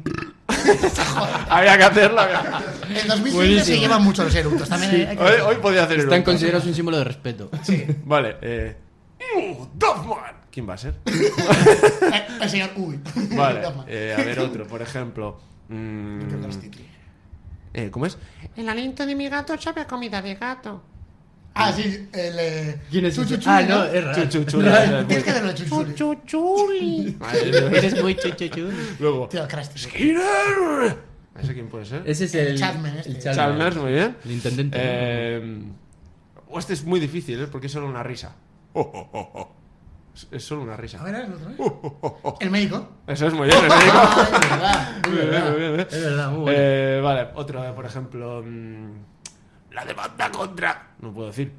D: había que hacerlo. Había que hacerlo.
B: En dos mil quince
E: Buenísimo.
B: se llevan mucho los eructos. También hay que
D: Hoy, hoy podía hacer
E: Están
D: eructo.
E: considerados un símbolo de respeto.
B: Sí.
D: Vale, eh. ¡Uh, Duffman! ¿Quién va a ser?
B: Eh, El señor Uy.
D: Vale,
B: Toma.
D: eh, a ver otro, por ejemplo. mm, eh, ¿Cómo es?
C: El aliento de mi gato sabe a comida de gato.
B: Ah, sí, el. eh,
E: ¿Quién es
B: Chuchu
E: ese?
B: Chuli,
E: Ah, no, es raro.
D: Chuchuchuli.
B: Tienes que hacerlo de Chuchu Chuli.
C: Chuchuli.
E: Eres muy chuchuchu.
D: Luego.
B: Tío, Krusty.
D: ¡Skinner! ¿Ese quién puede ser?
E: Ese es
B: El
E: el...
B: Chalmers, este.
E: el Chalmers.
D: Chalmers, muy bien.
E: El intendente. ¿no?
D: Eh, o este es muy difícil, ¿eh? Porque es solo una risa. Es- Es solo una risa.
B: A ver, a ver, el otro. ¿eh? El médico.
D: Eso es muy bien, el médico.
B: Ah, es verdad.
E: Es
D: Muy bien,
E: verdad,
D: muy bien, ¿eh?
E: es verdad, muy bueno.
D: Eh, vale, otro, eh, por ejemplo. mm, la demanda contra. No puedo decir.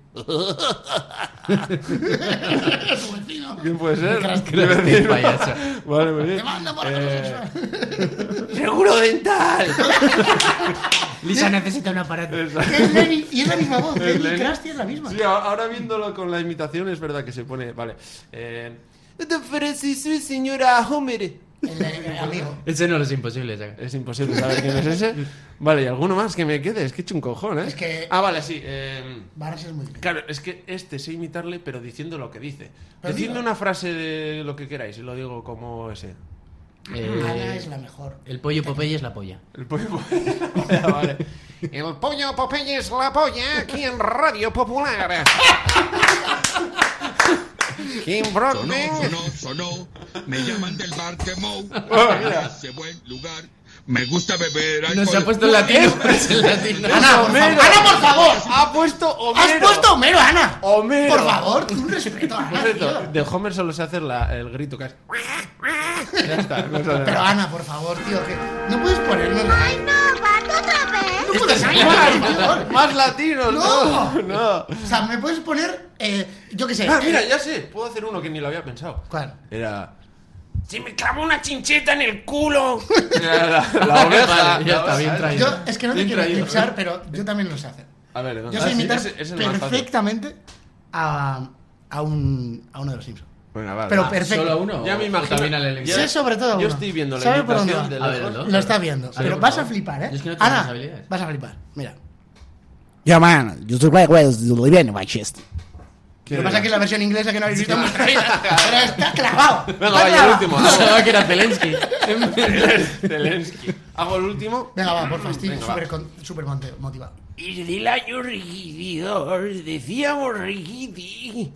B: Su vecino.
D: ¿Quién puede ser?
B: Krusty.
D: Mi vecino.
E: Payaso.
D: Vale, muy bien.
B: Demanda por
D: Eh,
B: acoso sexual.
D: Seguro dental.
E: Lisa necesita un aparato.
B: Que es Lenny, y es la misma voz.
D: Es
B: Lenny y
D: Lenny.
B: Krusty es la misma.
D: Sí, a- ahora viéndolo con la imitación es verdad que se pone. Vale. Eh, te ofrece su señora Homer.
B: El, el amigo.
E: Ese no es imposible sacar.
D: Es imposible saber quién es ese. Vale, y alguno más que me quede. Es que he hecho un cojón, ¿eh?
B: Es que-
D: Ah, vale, sí. Eh,
B: Barras es muy difícil.
D: claro, es que este sé imitarle, pero diciendo lo que dice.
B: Pero
D: Decidme
B: diga.
D: una frase de lo que queráis y lo digo como ese.
E: Eh,
B: Ana es la mejor.
E: el pollo Popeye es la polla.
D: El pollo. Vale.
C: El pollo Popeye es la polla aquí en Radio Popular. Kim
F: Sonó,
C: Broadbent.
F: sonó, sonó. Me llaman del bar que Mou.
D: Oh, mira.
F: Ese buen lugar. Me gusta beber alcohol.
E: No se ha puesto el latino, es el latino.
B: Ana, por
D: Homero.
B: favor. Ana, por favor.
D: Ha puesto Homero.
B: Has puesto Homero, Ana.
D: Homero.
B: Por favor, tú un respeto a
D: Por
B: Ana.
D: cierto,
B: tío.
D: de Homer solo sé hacer la- el grito que es. Ya está. No sé
B: Pero
D: nada.
B: Ana, por favor, tío, que no puedes ponernos.
G: ¡Ay, no! ¿Gato otra vez?
B: No puedes hablar, por favor.
D: Más latinos, no.
B: No.
D: No.
B: O sea, me puedes poner, eh, yo qué sé.
D: Ah, mira,
B: eh,
D: ya sé. Puedo hacer uno que ni lo había pensado.
B: ¿Cuál?
D: Era.
C: Se me clavó una chincheta en el culo.
D: era la, la oveja.
E: Vale, ya
D: la
E: está, bien
D: oveja.
E: traído.
B: Yo, es que no te
E: Bien
B: quiero
E: traído.
B: eclipsar, pero yo también lo sé hacer.
D: A ver, ¿dónde?
B: Yo sé
D: Ah, sí,
B: imitar
D: ese- ese es el más fácil.
B: perfectamente a, a, un, a uno de los Simpsons.
D: Venga, vale.
B: Pero
D: Ah,
B: perfecto.
E: ¿Solo a uno?
D: Ya me
E: o
D: imagino.
E: también al elenco?
D: Ya-
B: Sé sobre todo
D: Yo
B: uno.
D: estoy viendo la
B: ¿Sabe por dónde
D: imitación
B: va?
D: de
E: A ver,
D: lejos.
E: ¿no?
B: Lo está viendo.
E: Sí,
B: pero
E: por
B: vas a
E: favor.
B: flipar, ¿eh?
E: Yo es que no tengo esas
B: Ana,
E: habilidades.
B: vas a flipar. Mira.
H: Ja, man, yo soy Greg Wells, lo viene, machista.
B: Lo que pasa es que es la versión inglesa que no habéis visto en vuestra vida. Pero está clavado.
D: Venga,
B: está
D: vaya, el
B: clavado.
D: último.
E: Pensaba que era Zelensky.
D: Zelensky. Hago el último.
B: Venga, va, por estoy
D: Venga, va.
B: súper con- súper monte- motivado.
C: Y del año riquitidor decíamos riquiti.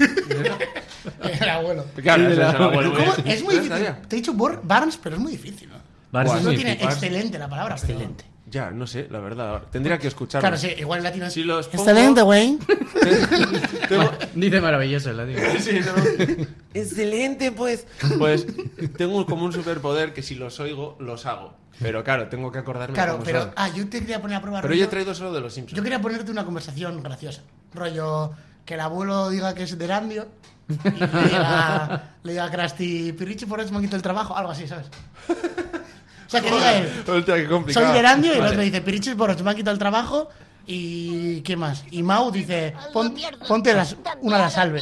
B: El abuelo.
D: Claro, ese es el abuelo.
B: ¿Cómo? Es muy
D: Ya
B: difícil.
D: estaría.
B: Te he dicho Bor- Barnes, pero es muy difícil, ¿no?
E: Barça es
B: No
E: muy
B: tiene
E: flipar.
B: excelente la palabra. pero-
E: Excelente.
D: Ya, no sé, la verdad. Tendría que escucharlo.
B: Claro, sí, igual en latino es.
D: Si los pongo-
B: Excelente, güey.
D: tengo-
E: Dice maravilloso el latino.
D: Sí, ¿no? Excelente, pues. Pues tengo como un superpoder que si los oigo, los hago. Pero claro, tengo que acordarme
B: Claro,
D: cómo
B: pero.
D: son.
B: Ah, yo te quería poner a prueba.
D: Pero
B: rollo-
D: yo he traído solo de los Simpsons.
B: Yo quería ponerte una conversación graciosa. Rollo, que el abuelo diga que es de Erandio y le diga, le diga a Krusty, Pirrichi, por eso me quito el trabajo, algo así, ¿sabes? O sea, que diga él,
D: Hostia, qué complicado.
B: soy de Erandio, y el
D: Vale.
B: otro dice, Pirrichi, por eso me han quitado el trabajo, y ¿qué más? Y Mau dice, "Pon- ponte las- una la salve.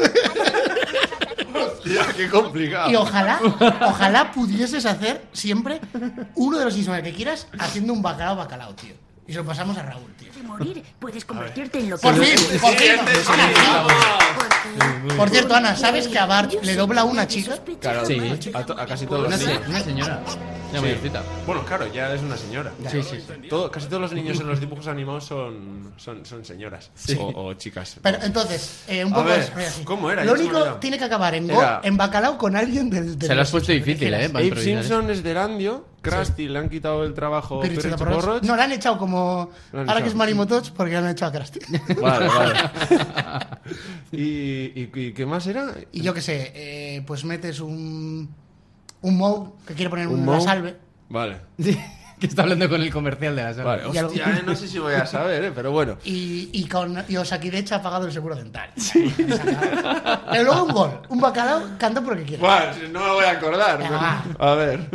D: Hostia, qué complicado.
B: Y ojalá, ojalá pudieses hacer siempre uno de los Simpsons que quieras haciendo un bacalao bacalao, tío. Y se lo pasamos a Raúl, tío.
G: De morir, puedes convertirte en lo que
B: Por fin, por fin.
D: Siguiente, sí,
B: Ana, tío.
D: vamos.
B: Por cierto, Ana, ¿sabes que a Bart le dobla una chica?
D: Claro,
E: Sí.
D: a, to- a casi todos
E: Una,
D: los
E: se-
D: niños.
E: una señora. Una
D: Sí.
E: mayorcita.
D: Bueno, claro, ya es una señora.
E: Sí, sí, sí.
D: Todo, casi todos los niños en los dibujos animados son, son, son señoras o, o chicas.
B: Pero entonces, eh, un
D: A
B: poco
D: ver,
B: es- así.
D: ¿cómo era?
B: Lo
D: Ya se me
B: único
D: olvidó.
B: tiene que acabar en, go-
D: Era-
B: en bacalao con alguien del. del
E: Se lo has
B: los
E: puesto
B: Simpsons,
E: difícil,
B: que
E: ¿eh? para
D: Abe
E: improvisar.
D: Simpson es de Erandio, Krusty le han quitado el trabajo a
B: Pirri
D: Pirri
B: Chataporroch.
D: Chaporroch.
B: No, le han echado como.
D: Lo han
B: Ahora que
D: echado.
B: es Marimotoch, porque le han echado a Krusty.
D: Vale, vale. ¿Y, y, y qué más era?
B: Y yo qué sé, eh, pues metes un. Un Moe que quiere poner
D: ¿Un
B: una
D: Moe?
B: salve.
D: Vale.
E: Sí, que está hablando con el comercial de la sala.
D: Vale,
B: Y algo-
D: hostia, eh, no sé si voy a saber, eh, pero bueno.
B: Y, y, con, y Osakidecha ha pagado el seguro dental. Pero luego un gol. Un bacalao canta porque quiere.
D: Bueno, no me voy a acordar.
B: Venga,
D: pero- A ver.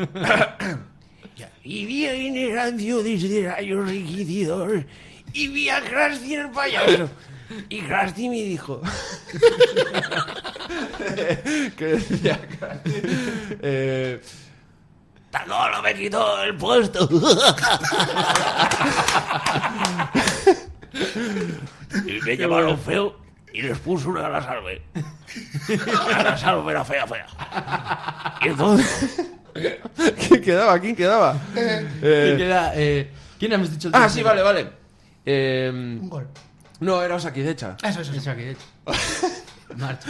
C: Y vi en el radio desde rayos enriquecidos y vi a Krusty el payaso. Y Krusty me dijo:
D: ¿Qué decía Krusty? Eh,
C: Tacolo me quitó el puesto. Y me llamaron feo y les puso una a la salve. A la salve era fea, fea. Y entonces.
D: ¿Quién quedaba? ¿Quién quedaba?
E: ¿Quién
D: Eh,
E: queda? Eh, ¿Quién hemos dicho el
D: ah,
E: tercero?
D: sí, vale, vale. Eh,
B: un gol.
D: no, era Osakidecha.
B: Eso, eso. eso.
E: Eso aquí, de hecho. Marcha.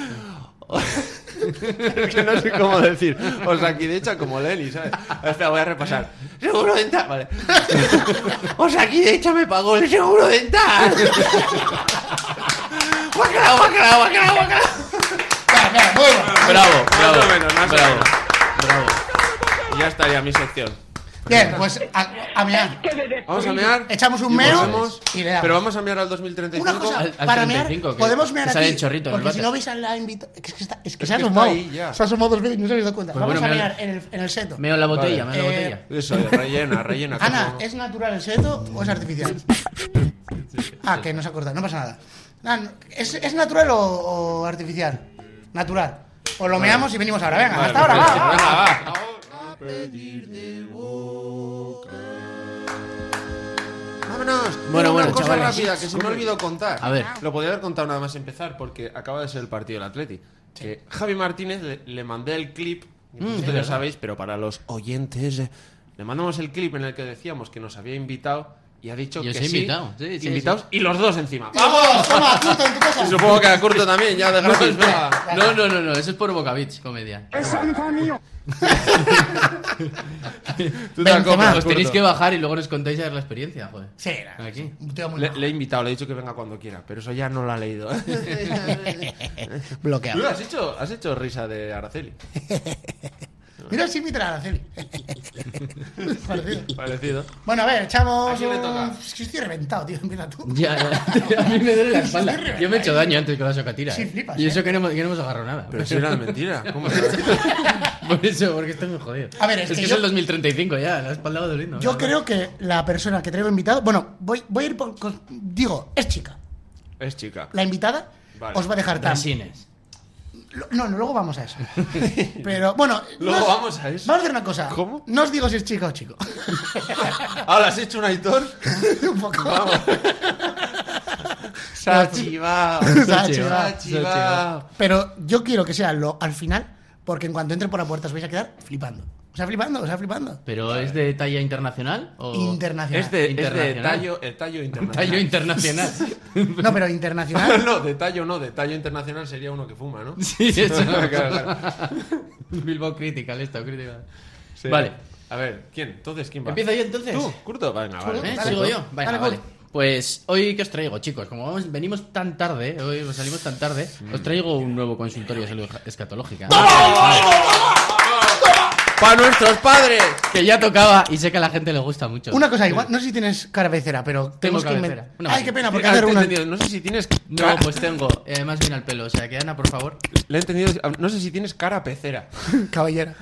D: que no sé cómo decir. Osakidecha como Lenny, ¿sabes? Espera, voy a repasar. Seguro dental. Vale. Osakidecha me pagó el seguro dental. Bacalao, bacalao, bacalao, bacalao.
B: Venga, venga, muy bueno.
E: Bravo,
D: Más
E: bravo.
D: o menos, más o
E: bravo.
D: menos.
E: Bravo.
D: Y ya estaría mi sección.
B: Bien, pues a, a mear.
D: Vamos a mear.
B: Echamos un
D: y
B: meo
D: volvemos.
B: y le damos.
D: Pero vamos a mear al dos mil treinta y cinco.
B: Una cosa,
E: Al- al
B: para
E: treinta y
B: mear,
E: cinco, que-
B: podemos mear
E: que sale
B: aquí.
E: el chorrito en el
B: porque si
E: váter.
B: no veis a la invitación. Es que, está, es que
D: Es
B: se ha
D: que está
B: asomado.
D: ahí ya.
B: Se ha asomado dos veces y no se habéis dado cuenta.
E: Pues
B: Vamos
E: bueno,
B: a
E: mea-
B: mear en el, en el seto.
E: Meo la botella,
D: Vale.
E: meo la
B: Eh,
E: botella.
D: Eso, rellena, rellena.
B: Ana,
D: como-
B: ¿es natural el seto o es artificial? Ah, que no se ha cortado, no pasa nada. Ah, no, ¿Es, ¿Es natural o, o artificial? Natural. O lo meamos y venimos ahora. Venga,
D: Vale,
B: hasta ahora,
D: perfecto.
B: va.
D: Venga, va. Vámonos.
E: Bueno,
D: Tengo
E: bueno,
D: una cosa
E: chavales.
D: rápida que se me olvidó contar.
E: A ver.
D: Lo podría haber contado nada más empezar porque acaba de ser el partido del Atleti. Que Javi Martínez le, le mandé el clip, ustedes ya sabéis, pero para los oyentes, eh, le mandamos el clip en el que decíamos que nos había invitado y ha dicho
E: Y os
D: que
E: he
D: sí,
E: invitado, sí, sí,
D: invitados
E: sí.
D: y los dos encima.
B: Vamos, toma, Curto, en tu casa.
D: Y supongo que a Curto también, ya de
E: No,
D: gratis.
E: espera.
D: venga.
E: no, no, no, no, eso es por Bocavich, comedia.
D: Tú te la
B: Benzema.
D: compras,
E: Os tenéis
D: Curto.
E: que bajar y luego nos contáis a ver la experiencia, joder.
B: Sí, era,
E: Aquí.
B: un tío muy
D: Le,
B: majo.
D: le he invitado, le he dicho que venga cuando quiera, pero eso ya no lo ha leído.
B: Bloqueado.
D: ¿Tú has hecho, has hecho risa de Araceli?
B: Mira si imita a Araceli. Parecido.
D: Parecido.
B: Bueno, a ver, echamos.
D: ¿A quién le
B: un-
D: toca?
B: Es que estoy reventado, tío. Empieza tú.
E: Ya, ya. A mí me duele la espalda.
B: Estoy
E: Yo me he hecho daño antes con la socatira.
B: Sí,
E: ¿eh?
B: flipas,
E: Y eso
B: ¿eh?
E: que no, hemos- que no hemos agarrado nada.
D: Pero si era mentira. ¿Cómo se
E: Por eso, porque estoy muy jodido.
B: A ver, es
E: es
B: que
E: que,
B: yo-
E: es el dos mil treinta y cinco ya, la espalda va doliendo.
B: Yo
E: ¿no?
B: creo que la persona que traigo invitado. Bueno, voy, voy a ir por. con- digo, es chica.
D: Es chica.
B: La invitada
D: Vale.
B: os va a dejar tan.
E: Brasines.
B: Lo- No, no, luego vamos a eso. Pero bueno.
D: Luego
B: no os-
D: vamos a eso.
B: Vamos a hacer una cosa.
D: ¿Cómo?
B: No os digo si es chica o chico.
D: Ahora has hecho un Aitor.
B: Un poco.
D: Vamos. Se ha chivado.
B: Se ha chivado.
D: Se ha chivado.
B: Pero yo quiero que sea lo al final, porque en cuanto entre por la puerta os vais a quedar flipando. O sea, flipando, o sea, flipando.
E: ¿Pero es de talla internacional? O...
B: Internacional.
D: Es de, es de
E: Internacional.
D: tallo, el tallo internacional.
E: Tallo internacional.
B: No, pero internacional.
D: No, de tallo no, de tallo internacional sería uno que fuma, ¿no?
E: Sí, eso.
D: Claro, claro.
E: Bilbao Critical, esto, Critical.
D: Sí.
E: Vale.
D: A ver, ¿quién? Entonces, ¿quién va?
E: ¿Empiezo yo entonces?
D: ¿Tú? ¿Curto? Venga, vale.
E: ¿Eh?
B: Dale,
E: ¿Sigo
B: Paul.
E: yo? Venga,
B: Dale,
E: vale.
B: Paul.
E: Pues hoy, ¿qué os traigo, chicos? Como vamos- venimos tan tarde, hoy salimos tan tarde, os traigo un nuevo consultorio de salud escatológica.
D: ¡Para nuestros padres!
E: Que ya tocaba y sé que a la gente le gusta mucho.
B: Una cosa, igual, no sé si tienes cabecera, pero tenemos que
E: cabecera.
B: inventar.
E: Una
B: Ay, qué pena, porque
D: Ah,
B: hacer
D: te he
B: una.
D: entendido. No sé si tienes.
E: No,
D: ca-
E: pues tengo. eh, Además viene al pelo. O sea, que Ana, por favor.
D: Le he entendido. No sé si tienes cara pecera.
B: Caballera.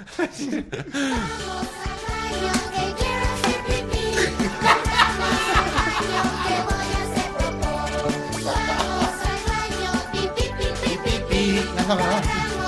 B: Lanza a grabar.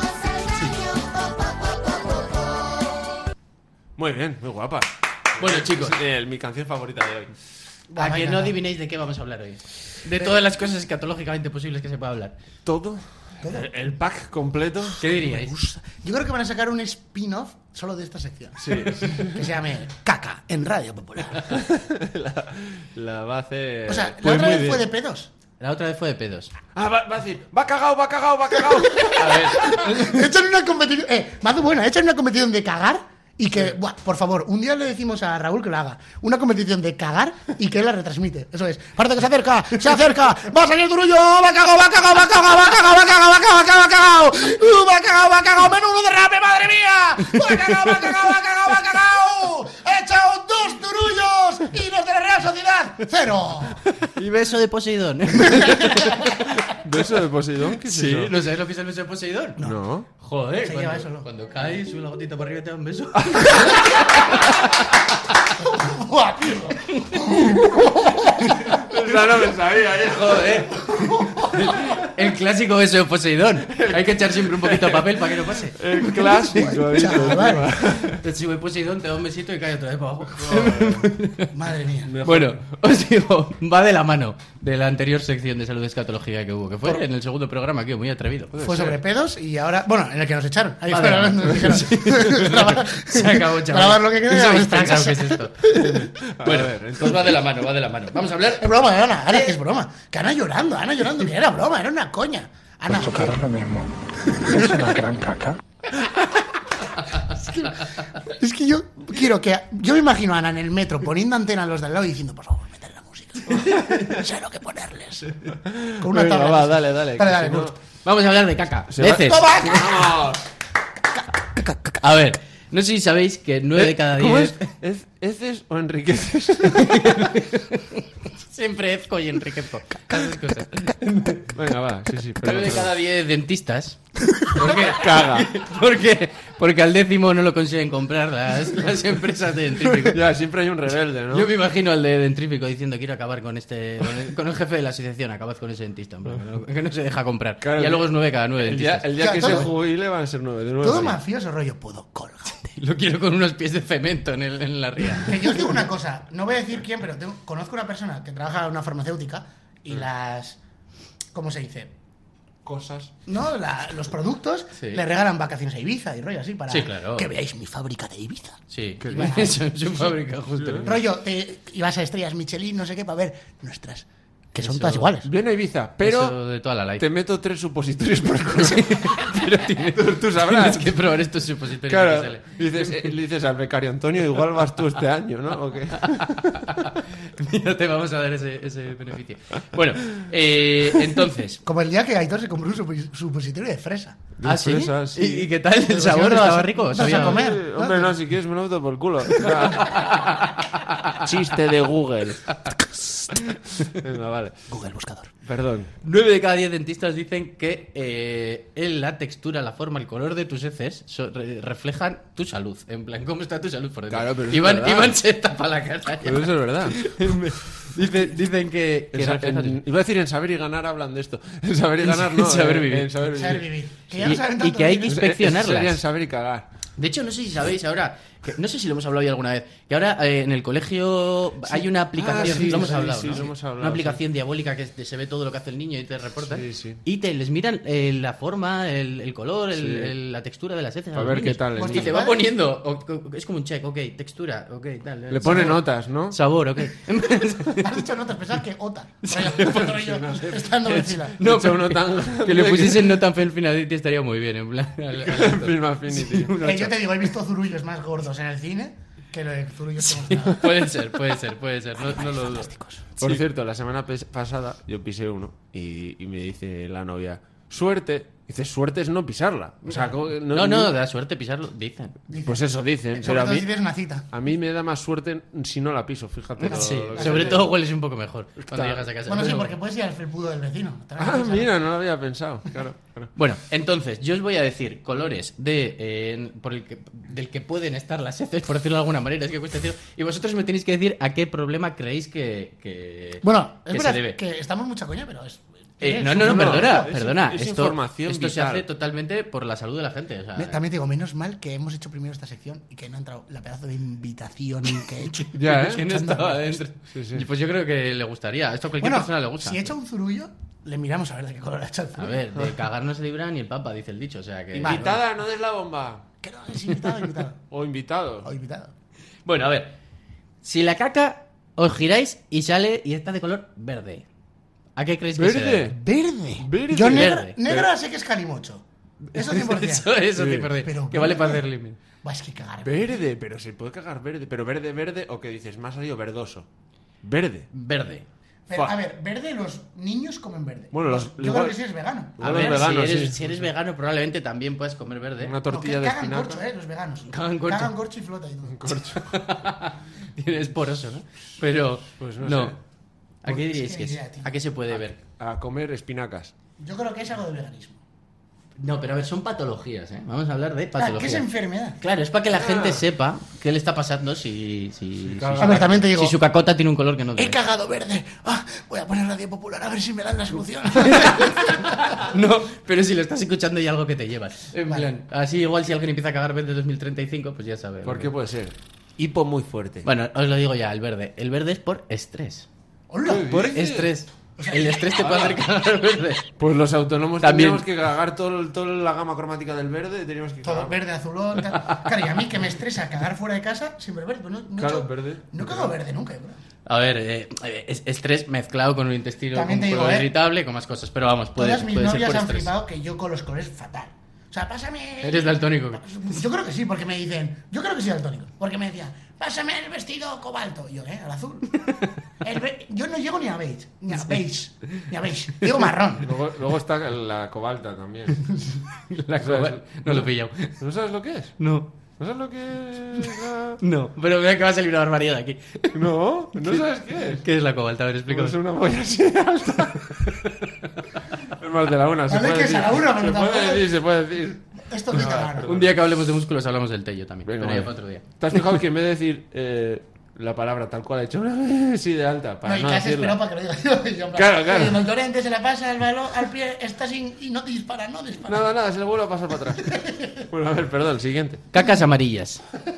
D: Muy bien, muy guapa.
E: Bueno, chicos.
D: Es, eh, mi canción favorita de hoy.
B: Va,
E: A que
B: venga,
E: no
B: va.
E: adivinéis de qué vamos a hablar hoy. De todas las cosas escatológicamente posibles que se pueda hablar.
D: Todo
B: todo.
D: El, el pack completo.
E: ¿Qué diríais?
B: Yo creo que van a sacar un spin-off solo de esta sección.
D: Sí.
B: Que se llame Caca en Radio Popular.
D: la, la va a hacer.
B: O sea,
D: pues
B: la otra
D: muy
B: vez
D: bien.
B: fue de pedos.
E: La otra vez fue de pedos.
D: Ah, va, va a decir, va cagao, va cagao, va cagao. A ver.
B: Echan una competición. Eh, más buena, echan una competición de cagar. Y que, buah, por favor, un día le decimos a Raúl que lo haga. Una competición de cagar y que él la retransmite. Eso es. Parece que se acerca, se acerca. Va a salir Turullo. Va cagao, va cagao, va cagao, va cagao, va cagao, va cagao, va cagao, va cagao. Uh, va cagao, va cagao. Menudo derrape, madre mía. Va cagao, va cagao, va cagao, va cagao. He echado dos turullos. Y los de la Real Sociedad, cero.
E: Y beso de Poseidón.
D: ¿Beso de Poseidón? ¿Qué es
E: Sí,
D: eso?
E: ¿no sabes lo que es el beso de Poseidón?
D: No.
E: Joder,
B: Se
E: cuando,
B: lleva eso, ¿no?
E: cuando caes, sube la gotita por arriba y te da un beso.
B: Buah, tío.
D: Esa no me sabía, eh.
E: Joder. El clásico beso de Poseidón. Hay que echar siempre un poquito de papel para que no pase.
D: El clásico, dice.
B: Chaval.
E: Te sube Poseidón, te da un besito y cae otra vez para abajo.
B: Madre mía.
E: Bueno, os digo, va de la mano de la anterior sección de salud y escatología que hubo, que fue en el segundo programa, que muy atrevido.
B: Fue sobre pedos y ahora, bueno, en el que nos echaron. Ahí
E: Vale.
B: fuera, nos dijeron, grabar-
E: Se acabó, chaval.
B: grabar lo que
E: ¿Qué
B: queda.
E: os habéis
B: en nuestra
E: pensado que
B: casa.
E: es esto? Bueno, pues va de la mano, va de la mano. Vamos a hablar.
B: Es broma, Ana, Ana, que es broma. Que Ana llorando, Ana llorando, que era broma, era una coña. Ana,
I: Su cara es lo mismo. Es una gran caca.
B: es que yo quiero que. Yo me imagino a Ana en el metro poniendo antena a los de al lado y diciendo, por favor, meter la música. Sé lo que ponerles. Con una
D: Venga,
B: tabla.
D: va, dale, dale.
B: Dale,
D: que
B: dale,
D: si no-
B: Kurt.
E: Vamos a hablar de caca.
D: Se va-
E: Veces.
B: ¡Toma!
D: ¡Vamos!
E: A ver, no sé si sabéis que nueve de cada
D: ¿Cómo
E: diez.
D: es? ¿Ez- ¿Heces o enriqueces?
E: Siempre Ezco y enriquezco. Esas cosas.
D: Venga, va, sí, sí. Pero,
E: nueve de
D: pero-
E: cada diez dentistas. ¿Por qué?
D: Caga.
E: ¿Por qué? Porque al décimo no lo consiguen comprar las, las empresas de dentrífico.
D: Ya, siempre hay un rebelde, ¿no?
E: Yo me imagino al de dentrífico diciendo quiero acabar con este con el, con el jefe de la asociación, acabad con ese dentista, hombre, que no- que no se deja comprar.
D: Claro,
E: y ya luego es nueve cada nueve
D: El día,
E: dentistas.
D: el día
B: Ya,
D: que se
B: todo-
D: jubile van a ser nueve de nuevo.
B: Todo mafioso rollo, puedo colgarte.
E: Lo quiero con unos pies de cemento en, el, en la ría.
B: Que yo os digo una cosa, no voy a decir quién, pero tengo- conozco una persona que trabaja en una farmacéutica y las. ¿Cómo se dice?
D: Cosas.
B: No, la- los productos
E: Sí.
B: le regalan vacaciones a Ibiza y rollo así para
E: Sí, claro.
B: que veáis mi fábrica de Ibiza.
E: Sí,
B: bien.
E: eso es su fábrica justo. en el-
B: Rollo, te ibas a estrellas Michelin, no sé qué, para ver nuestras, que son
E: Eso-
B: todas iguales.
D: Viene a Ibiza, pero
E: Eso de toda la life.
D: te meto tres supositorios por el culo. Pero tú, tú sabrás.
E: Tienes que probar estos supositorios que
D: Claro,
E: sale.
D: dices, eh, le dices al becario Antonio, igual vas tú este año, ¿no? ¿O qué?
E: Mira, te vamos a dar ese, ese beneficio. Bueno, eh, entonces.
B: Como el día que Aitor se compró un supo- supositorio de fresa.
D: De
E: ¿Ah, sí?
D: fresa, sí.
E: ¿Y, y qué tal? ¿El
B: Pero
E: sabor
B: si no te
E: estaba
B: vas a-
E: rico?
B: vas a
E: Sabía-
B: comer.
D: Sí, hombre, no, si quieres me lo meto por el culo. Chiste de Google. Venga, vale.
B: Google Buscador.
D: Perdón.
E: Nueve de cada diez dentistas dicen que eh, en la textura, la forma, el color de tus heces so- re- reflejan tu salud. En plan, ¿cómo está tu salud por dentro?
D: Claro, pero es
E: Iván,
D: verdad.
E: Iván se tapa la cara. ya.
D: Pero eso es verdad.
E: Dicen, dicen que... que
D: En sa-
E: refleja tu-
D: en- iba a decir en saber y ganar hablan de esto. En saber y ganar no.
E: En saber
D: eh,
E: vivir.
D: En saber
B: Saber
D: vivir.
B: vivir. Que ya no
E: Y-
B: saben
E: y
B: tanto
E: que hay
B: de
E: que
B: vivir.
E: inspe- inspeccionarlas.
D: Sería en saber y cagar.
E: De hecho, no sé si sabéis ahora, que- no sé si lo hemos hablado ya alguna vez, que ahora eh, en el colegio hay una aplicación,
D: Ah, sí,
E: lo hemos
D: sí,
E: hablado,
D: sí,
E: ¿no?
D: lo hemos hablado,
E: Una aplicación diabólica que te- se ve todo lo que hace el niño y te reporta.
D: Sí, sí.
E: Y te les miran eh, la forma, el, el color, el-
D: Sí.
E: el- la textura de las heces.
D: A
E: los
D: ver
E: niños.
D: qué tal el
E: Y
B: niño.
E: te va poniendo, o- o- es como un check, ok, textura, ok, tal.
D: Le pone
E: sabor,
D: notas, ¿no?
E: Sabor, ok.
B: Has hecho notas, pensaba que Ota. Rollo, rollo, está en doble fila.
E: No,
D: Hecho uno tan
E: que le pusiesen nota en Finality estaría muy bien, en plan. al- al-
D: Film Affinity.
E: un
B: Eh,
E: ocho.
B: yo te digo, he visto zurullos más gordos en el cine que lo de zurullos que hemos dado.
E: Puede ser, puede ser, puede ser, no, no lo dudo.
D: Por cierto, la semana pes- pasada yo pisé uno y, y me dice la novia, suerte. Dice, suerte es no pisarla. O sea, como que
E: No, no, da suerte pisarlo, dicen.
D: Pues eso dicen.
B: Sobre
D: Pero a
B: todo
D: mí,
B: si tienes una cita.
D: a mí me da más suerte si no la piso, fíjate. lo-
E: Sí,
D: lo que-
E: sobre todo hueles un poco mejor cuando
D: Claro.
E: llegas a casa.
B: Bueno, sí,
E: Pero-
B: porque puedes ir al felpudo del vecino. Te vas a
D: Ah,
B: pisar.
D: mira, no lo había pensado. Claro, claro.
E: Bueno, entonces, yo os voy a decir colores de eh, por el que, del que pueden estar las heces, por decirlo de alguna manera, es que cuesta decirlo, y vosotros me tenéis que decir a qué problema creéis que, que,
B: Bueno, es
E: que se
B: verdad
E: debe.
B: que estamos mucha coña, pero es.
E: Eh,
B: es
E: no,
B: un-
E: no, no,
D: no,
E: perdona,
D: es-
E: perdona.
D: es
E: esto
D: información
E: esto se
D: vital.
E: hace totalmente por la salud de la gente. O sea,
B: Me- También digo, menos mal que hemos hecho primero esta sección y que no ha entrado la pedazo de invitación que he hecho.
D: Ya, ¿eh?
E: que no estaba dentro.
D: Sí, sí.
E: Y pues yo creo que le gustaría. Esto a cualquier
B: Bueno,
E: persona le gusta.
B: si he hecho un zurullo, le miramos a ver de qué color ha hecho el azul.
E: A ver, de cagar no se libra ni el papa, dice el dicho, o sea que...
B: Vale.
D: Invitada, no des la bomba.
B: Que no, es invitado, invitado.
D: O invitado.
B: O invitado.
E: Bueno, a ver. Si la caca os giráis y sale y está de color verde. ¿A qué creéis que se
D: ¿Verde?
E: debe?
B: Verde.
D: Verde.
B: Yo negra,
E: Verde.
B: negra sé que es calimocho. Eso cien por ciento.
E: Eso, eso,
D: Sí.
E: te perdí.
B: Pero
E: Que vale
B: verde.
E: para hacer límite.
B: Buah, es que cagar.
D: Verde, pero se puede cagar verde. Pero verde, verde, o que dices, más salido verdoso. Verde.
E: Verde.
B: Pero,
D: Fuck.
B: a ver, verde, los niños comen verde.
D: Bueno, los-
B: Yo
D: igual-
B: creo que sí es vegano.
E: A
D: Igual
E: ver,
D: los veganos,
E: si, eres,
D: sí.
E: si eres vegano probablemente también puedes comer verde.
D: Una
B: No,
D: tortilla
B: que
D: de
B: cagan
D: espinaca.
B: corcho, eh, los veganos.
E: Cagan corcho.
B: Cagan corcho y flota y todo.
E: Es poroso, ¿no? Pero,
D: Pues no
E: no.
D: sé.
E: ¿A qué diríais
B: Es
E: que
B: que
E: es?
B: ni idea, tío.
E: ¿A qué se puede ver?
D: A comer espinacas.
B: Yo creo que es algo de veganismo.
E: No, pero a ver, son patologías, ¿eh? Vamos a hablar de
B: Ah, ¿qué
E: patologías.
B: es enfermedad?
E: Claro, es para que la gente sepa qué le está pasando si, si, si,
D: caga.
E: su,
B: A ver, también te digo,
E: si su cacota tiene un color que no
B: he
E: debe.
B: cagado verde. Ah, voy a poner Radio Popular a ver si me dan la solución.
E: No, pero si lo estás escuchando hay algo que te llevas. En
B: Vale.
E: plan, así igual si alguien empieza a cagar verde dos mil treinta y cinco, pues ya sabes.
D: ¿Por qué puede ser? Hipo muy fuerte.
E: Bueno, os lo digo ya, el verde. El verde es por estrés.
B: Hola.
E: Por estrés. El estrés te puede hacer cagar verde.
D: Pues los autónomos
E: También.
D: tendríamos que cagar todo, el- toda la gama cromática del verde. Teníamos que
B: Todo
D: cagar.
B: verde, azulón, tal. Claro, y a mí que me estresa cagar fuera de casa, siempre verde. Pues no, no he
D: Claro,
B: hecho-
D: verde.
B: No he cagado verde nunca, bro.
E: A ver, eh, es estrés mezclado con un intestino
B: También
E: con
B: te
E: color
B: digo, ¿eh?
E: irritable, con más cosas. Pero vamos, puede,
B: Todas mis
E: puede ser
B: novias
E: por
B: han
E: estrés.
B: flipado que yo con los colores fatal. O sea, pásame...
E: Eres daltónico.
B: Yo creo que sí, porque me dicen... Yo creo que soy daltónico. Porque me decían, pásame el vestido cobalto. Y yo, ¿eh? Al azul. El be- Yo no llego ni a beige. Ni a beige. Ni a beige. Digo marrón.
D: Luego, luego está la cobalta también.
E: La
D: ¿Sabes?
E: cobal- No lo he pillado.
D: ¿No sabes lo que es?
E: No.
D: ¿No sabes lo que es? la-
E: No, pero vea que va a salir una barbaridad aquí.
D: No, ¿no sabes qué es?
E: ¿Qué es la cobalta? A ver, explícame.
D: Pues una polla así de alta. Es más de la una, se
B: Vale,
D: puede
B: que es
D: decir.
B: a la una, pero
D: se puede
B: tampoco-
D: decir, se puede decir.
B: Esto que cagar.
E: Un día que hablemos de músculos hablamos del tello también.
D: Venga,
E: pero
D: vale.
E: ya para otro día.
D: ¿Te has fijado que en vez de decir eh, la palabra tal cual ha hecho sí de alta? Para
B: No, y
D: no,
B: casi
D: decirla.
B: esperado para que lo diga yo. Y yo en plan,
D: Claro, claro.
B: "Oye, Montorente se la pasa al balón, al pie, está sin... Y no dispara, no dispara.
D: Nada, nada, se le vuelve a pasar para atrás. Bueno, a ver, perdón, siguiente.
E: Cacas amarillas.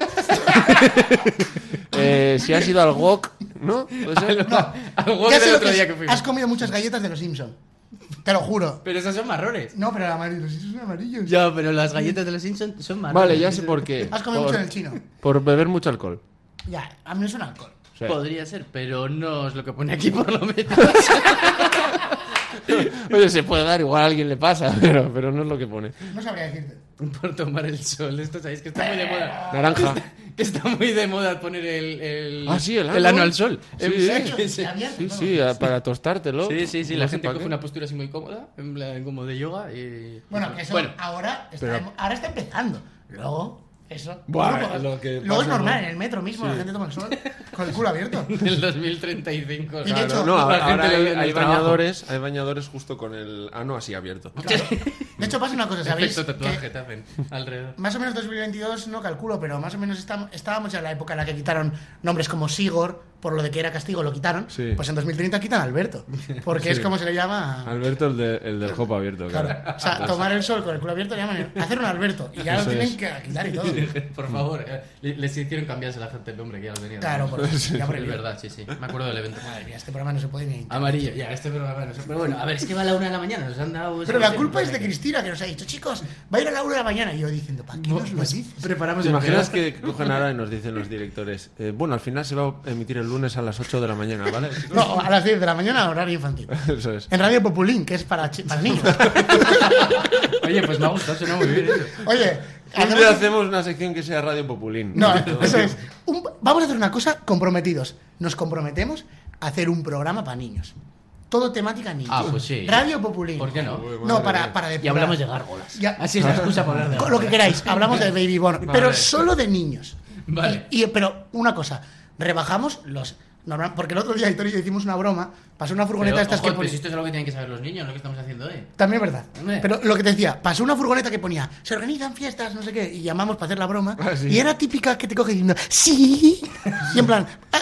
D: Eh, si has ido al G O C, ¿no? ¿Puede ser?
B: No,
E: Algo
B: ya
E: del
B: sé lo
E: otro
B: que
E: día
B: es.
E: que fuimos.
B: Has comido muchas galletas de los Simpsons. Te lo juro.
E: Pero esas son marrones.
B: No, pero amarillos, esos son amarillos.
E: Ya, pero las galletas de los Simpsons son marrones.
D: Vale, ya sé por qué.
B: Has comido
D: por,
B: mucho en el chino.
D: por beber mucho alcohol.
B: Ya, a mí no es un alcohol.
D: O sea,
E: Podría ser, pero no es lo que pone aquí por lo menos.
D: oye, se puede dar, igual a alguien le pasa, pero, pero no es lo que pone.
B: No sabría decirte.
E: Por tomar el sol. Esto sabéis que está muy de moda.
D: Naranja.
E: Que está muy de moda poner el, el,
D: Ah, sí, el ano.
E: al sol.
D: Sí,
E: En
D: sí.
E: serio,
B: Sí,
E: sí.
B: abierto,
D: Sí,
B: ¿no?
D: sí, a- para tostártelo.
E: Sí, sí, sí,
D: No
E: la
D: sé
E: gente
D: para
E: coge
D: qué.
E: una postura así muy cómoda, en plan como de yoga y...
B: Bueno, que eso
E: Bueno,
B: ahora, está,
D: pero-
B: ahora está empezando. Luego, eso.
D: Buah,
B: luego,
D: lo que
B: luego es
D: pasa,
B: normal,
D: ¿no?
B: en el metro mismo la gente toma el sol con el culo abierto.
E: en el dos mil treinta y cinco.
B: Y de hecho-
D: No,
E: La
D: ahora,
E: gente
D: ahora
E: lo
D: hay,
E: ve en el
D: hay
E: trabajo.
D: bañadores, hay bañadores justo con el ano así abierto.
B: Claro. De hecho, pasa una cosa, ¿sabéis?
E: Efecto tatuaje
B: Que
E: te hacen alrededor.
B: más o menos dos mil veintidós no calculo, pero más o menos estam- estábamos ya en la época en la que quitaron nombres como Sigor, por lo de que era castigo lo quitaron.
D: Sí.
B: Pues en dos mil treinta quitan a Alberto, porque es
D: Sí.
B: como se le llama... a-
D: Alberto, el, de- el del jopo abierto, claro.
B: Claro. O sea, tomar el sol con el culo abierto le llaman hacer un Alberto. Y ya
D: Eso
B: lo tienen
D: es.
B: que quitar y todo.
E: Por favor, eh, le- les hicieron cambiarse la gente de nombre que ya lo tenían.
B: Claro, por ya por
E: Es
B: el
E: verdad, sí, sí. Me acuerdo del evento.
B: Madre mía, este programa no se puede ni...
E: Amarillo, ya, este programa no sé. Pero bueno, a ver, es que va a la una de la mañana, nos han dado...
B: Pero la culpa es de Cristina, que nos ha dicho, chicos, va a ir a la una de la mañana. Y yo diciendo, ¿para qué nos lo dices?
E: Preparamos
D: ¿Te
E: el
D: imaginas
E: peor.
D: que cogen ahora y nos dicen los directores? eh, bueno, al final se va a emitir el lunes a las ocho de la mañana, ¿vale?
B: No, a las diez de la mañana, horario infantil.
D: Eso es.
B: En Radio Populín, que es para, chi- para niños.
E: Oye, pues me ha gustado, suena muy bien eso.
B: Oye,
D: Un
B: hacemos-
D: día hacemos una sección que sea Radio Populín.
B: No, eso es. Un- vamos a hacer una cosa comprometidos. Nos comprometemos a hacer un programa para niños. Todo temática niños.
E: Ah, pues sí.
B: Radio Populín.
E: ¿Por qué no?
B: No, para, para
E: Y
B: depurar.
E: hablamos de gárgolas.
B: Ya.
E: Así es la excusa para hablar de
B: Con lo que
E: gárgolas.
B: queráis. Hablamos de Baby Born. Pero solo de niños.
E: Vale.
B: Y, y- pero una cosa. Rebajamos los... normal- porque el otro día, Hitor y yo hicimos una broma. Pasó una furgoneta
E: Pero,
B: estas
E: ojo,
B: que
E: pues
B: ponía...
E: esto es algo que tienen que saber los niños, lo que estamos haciendo hoy.
B: También es verdad.
E: Hombre.
B: Pero lo que te decía, pasó una furgoneta que ponía, se organizan fiestas, no sé qué, y llamamos para hacer la broma.
D: Ah, sí.
B: Y era típica que te coge diciendo, sí. Y en plan, "Ah,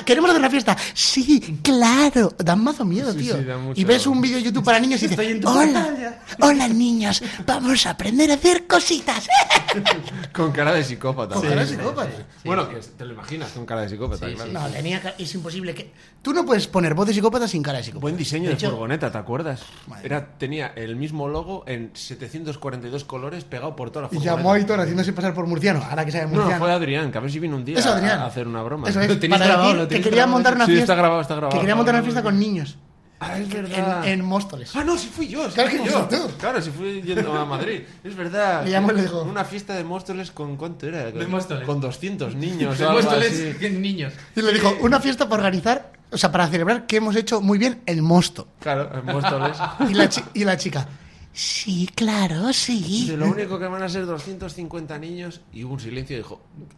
B: queremos hacer una fiesta. Sí, claro. Dan mazo miedo,
D: Sí,
B: tío.
D: sí, da mucho-
B: Y ves un vídeo de YouTube para niños y dices, hola, hola niños, vamos a aprender a hacer cositas.
D: Con cara de psicópata.
B: Con
D: Sí,
B: cara de
D: sí,
B: psicópata.
D: sí. Bueno, que te lo imaginas con cara de psicópata,
E: Sí,
D: claro.
E: sí.
B: No, tenía ca- es imposible que... Tú no puedes poner voz de psicópata sin cara de psicópata.
D: Buen diseño de,
B: hecho-
D: furgoneta, ¿te acuerdas?
B: Madre.
D: Era, tenía el mismo logo en setecientos cuarenta y dos colores pegado por toda la
B: Y
D: furgoneta.
B: llamó a Aitor haciéndose pasar por murciano, ahora que sabe
D: No,
B: murciano.
D: fue Adrián, que a ver si vino un día
B: Eso, Adrián.
D: a hacer una broma.
B: Eso es,
E: Lo tenéis
B: para
E: grabado,
B: decir
E: lo
B: que
E: tenéis
B: quería
E: grabado.
B: montar una
D: Sí,
B: fiesta...
D: está grabado, está grabado.
B: Que quería montar una fiesta con niños.
D: Ah, es
B: En,
D: verdad.
B: en Móstoles.
D: Ah, no, sí fui yo. Sí
B: Claro
D: fui
B: que
D: yo.
B: fuiste tú.
D: Claro, sí fui yendo a Madrid. Es verdad.
B: Le llamó y le dijo-
D: Una fiesta de Móstoles con ¿cuánto era? Con,
E: De Móstoles.
D: con doscientos niños.
E: De
D: o algo
E: Móstoles,
D: así.
E: que niños.
B: Y le dijo, una fiesta para organizar, o sea, para celebrar que hemos hecho muy bien el mosto.
D: Claro, en Móstoles.
B: Y la, chi- y la chica, sí, claro, sí.
D: Dice, lo único que van a ser doscientos cincuenta niños. Y hubo un silencio y dijo,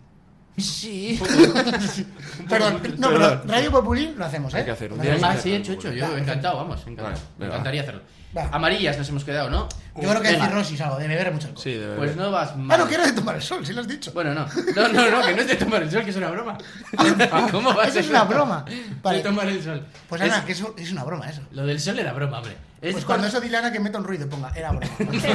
D: sí.
B: Perdón, no, pero Radio Populi lo hacemos, ¿eh?
D: Hay que hacer un
B: Lo
D: día.
B: hacemos.
E: Ah, sí, hecho, hecho. Yo
B: Va,
E: encantado, vamos. Encantado.
D: Vale,
E: Me
D: venga.
E: encantaría hacerlo.
B: Va.
E: Amarillas nos hemos quedado, ¿no?
B: Yo creo que
E: Venga.
B: es cirrosis algo, de beber mucho alcohol.
D: Sí, de verdad.
E: Pues no vas
B: Ah,
E: mal.
B: no, que era de tomar el sol, sí lo has dicho.
E: Bueno, no. No, no, no, que no es de tomar el sol, que es una broma. ¿Cómo va a
B: Eso
E: ser
B: es una broma. Vale.
E: De tomar el sol.
B: Pues
E: Es-
B: Ana, que eso es una broma eso.
E: Lo del sol era broma, hombre. Es
B: Pues cuando eso dile a Ana que meta un ruido y ponga, era broma.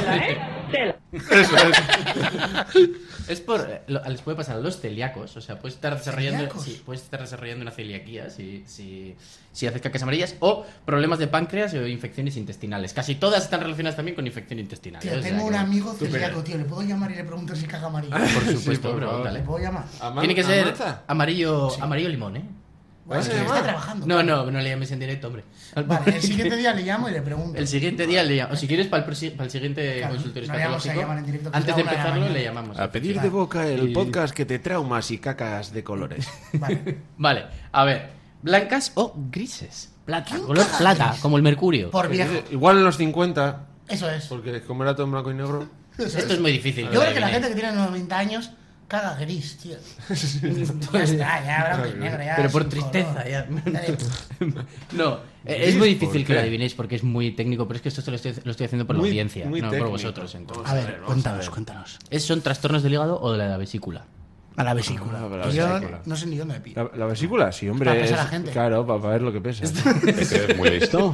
D: Eso es.
E: Es por. eh, lo- les puede pasar a los celíacos. O sea, puedes estar desarrollando.
B: ¿Celíacos?
E: Sí, puedes estar desarrollando una celiaquía si, si, si haces cacas amarillas. O problemas de páncreas o infecciones intestinales. Casi todas están relacionadas también con infección intestinal.
B: Tío,
E: ¿eh? O sea
B: tengo un
E: que-
B: amigo celíaco, tío, le puedo llamar y le pregunto si caga amarillo.
E: Por
D: Sí,
E: supuesto,
D: por
E: bro,
D: favor.
E: dale.
B: ¿Le puedo llamar?
D: Ama-
E: Tiene que ser
D: Amanza.
E: amarillo, amarillo limón, ¿eh?
B: Bueno,
D: ¿Vas a
B: que
D: llamar?
B: está trabajando.
E: No, no, no le llames en directo, hombre.
B: Vale, el siguiente día le llamo y le pregunto.
E: El siguiente día le llamo. O si quieres, para el, prosi- para el siguiente
B: Claro,
E: consultorio
B: no le vamos a
E: escatológico,
B: llamar en directo, que
E: antes
B: sea
E: de
B: una de la
E: empezarlo,
B: mañana.
E: le llamamos.
D: A pedir de boca el podcast que te traumas y cacas de colores.
B: Vale.
E: Vale, a ver. ¿Blancas o grises? Plata,
B: ¿Quién
E: color
B: caga
E: plata,
B: gris?
E: como el mercurio.
B: Por viejo.
D: Igual en los cincuenta,
B: Eso es.
D: porque como era todo en blanco y negro.
B: Eso
E: Esto es muy difícil.
B: Yo creo que la gente que tiene noventa años caga gris, tío. Ya está, ya blanco y negro, ya.
E: Pero por
B: sin
E: tristeza,
B: color.
E: ya.
B: de-
E: No, eh, es muy
D: ¿Por
E: difícil que
D: qué?
E: lo adivinéis porque es muy técnico, pero es que esto lo estoy, lo estoy haciendo por
D: Muy-
E: la audiencia,
D: muy
E: no por
D: técnico.
E: vosotros. Entonces.
B: A ver, cuéntanos, cuéntanos.
E: ¿Es- ¿Son trastornos del hígado o de la vesícula?
B: A la vesícula.
D: Ah, la
B: Que yo
D: vesícula.
B: no sé ni dónde me pillo.
D: ¿La, la vesícula? Sí, hombre.
B: Para pesar
D: es-
B: a gente.
D: Claro, para, ver lo que pesa.
A: Es muy listo.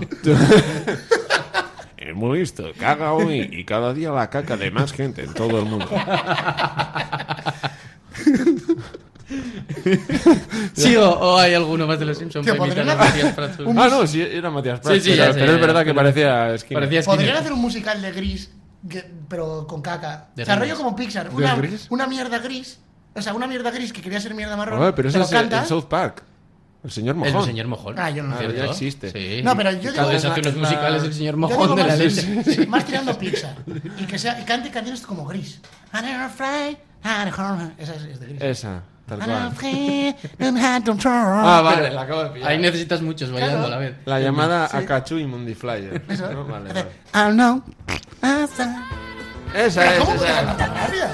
D: Es muy listo. Caga hoy y cada día la caca de más gente en todo el mundo.
E: ¿Sí o, o hay alguno más de los Simpsons?
B: Tío,
E: para imitar
B: podrían
E: a
B: hacer
E: Matías Prats?
B: un-
D: Ah, no, sí, era Matías Prats.
E: Sí, sí,
D: pero,
E: ya sé,
D: pero es
E: ya,
D: verdad que
E: pero-
D: parecía Skinner.
E: Parecía
B: Podrían
E: Skinner.
B: hacer un musical de gris, que- pero con caca.
E: De
B: O sea, rollo
E: Reyes.
B: como Pixar.
D: ¿De
B: Una,
D: gris?
B: una mierda gris. O sea, una mierda gris que quería ser mierda marrón.
D: Joder, pero eso es
B: canta.
D: en South Park. El señor
E: Es
D: Mojón.
E: el señor Mojón.
B: Ah, yo no lo
D: Ah,
B: sé.
D: ya existe.
E: Sí.
B: No, pero yo
E: Cada
B: digo-
E: vez hace unos
D: la-
E: musicales el señor
B: Yo
E: Mojón
B: digo
E: de la
B: más,
E: leche.
B: más tirando Pixar. Y que sea, y cante canciones como gris. I never fly, I never- Esa es, es de gris.
D: Esa, tal
B: I never
D: cual.
B: fly, and had to turn.
D: Ah, vale, la acabo de pillar.
E: Ahí necesitas muchos bailando a la vez.
D: La llamada Akachu y Mundi Flyer.
B: Eso.
D: ¿no? Vale,
B: Hace,
D: vale.
B: I know. I saw-
D: Esa
B: ¿Pero
D: es,
B: ¿Cómo puede
D: esa
B: cantar
D: es.
B: tan rápida?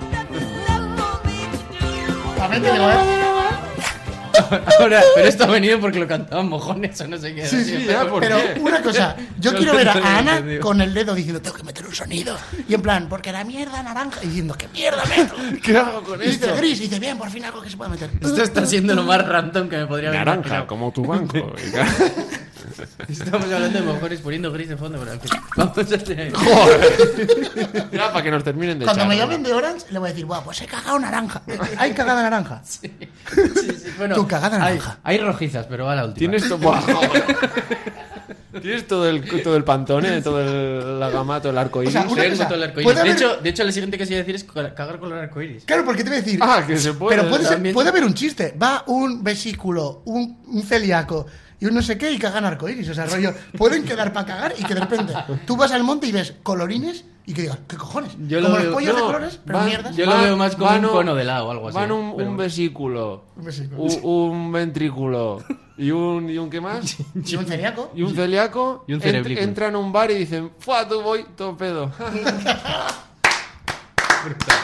B: También te digo, ¿eh?
E: Ahora, pero esto ha venido porque lo cantaban mojones o no sé qué.
B: Sí, sí,
D: ya,
B: pero,
D: ¿por
B: pero
D: qué?
B: una cosa, yo
E: No
B: quiero
E: lo
B: ver a
E: he
B: Ana
E: entendido.
B: con el dedo diciendo, tengo que meter un sonido. Y en plan, porque la mierda naranja. Y diciendo, ¿qué mierda meto?
D: ¿Qué hago con
B: Y dice
D: esto?
B: gris, y dice, bien, por fin algo que se pueda meter.
E: Esto está siendo lo más random que me podría haber
D: Naranja,
E: imaginado.
D: como tu banco.
E: Estamos hablando de mojones poniendo gris de fondo, pero en fin. Vamos a hacer.
D: Joder. Ya, para que nos terminen de
B: Cuando
D: echar,
B: me
D: ¿no?
B: llamen de Orange, le voy a decir, guau, pues he cagado naranja. ¿Hay cagada naranja?
E: Sí, sí, bueno,
B: Tu cagada
E: hay,
B: naranja.
E: hay rojizas, pero va a la última.
D: Tienes todo. Buah, joder. Tienes todo el, todo el pantone, todo el, la gama, todo el arco iris.
B: O sea, una
E: Tengo
B: cosa,
E: todo el arco
B: ¿puede
E: iris. De
B: haber-
E: hecho, de hecho, lo siguiente que se iba a decir es ca- cagar con el arco iris.
B: Claro, porque te voy a decir.
D: Ah, que se puede.
B: Pero puede, ser-
E: también.
B: puede haber un chiste. Va un vesículo, un, un celíaco y un no sé qué y cagan arcoíris. O sea, rollo, pueden quedar para cagar y que de repente tú vas al monte y ves colorines y que digas, ¿qué cojones?
E: Yo lo
B: como
E: veo-
B: los pollos de
D: no,
B: colores, pero
D: van-
B: mierdas.
E: Yo lo
D: Van-
E: veo más como
D: van
E: un
D: un-
E: cono de helado o algo así.
D: Van un,
E: pero
D: un
E: bueno.
D: vesículo,
B: Un vesículo.
D: un, un ventrículo y un, y un ¿qué más?
B: Y un celíaco.
D: Y un celíaco.
E: Y un
D: ent-
E: cerebrículo.
D: entran a un bar y dicen, ¡fua, tú voy, todo pedo!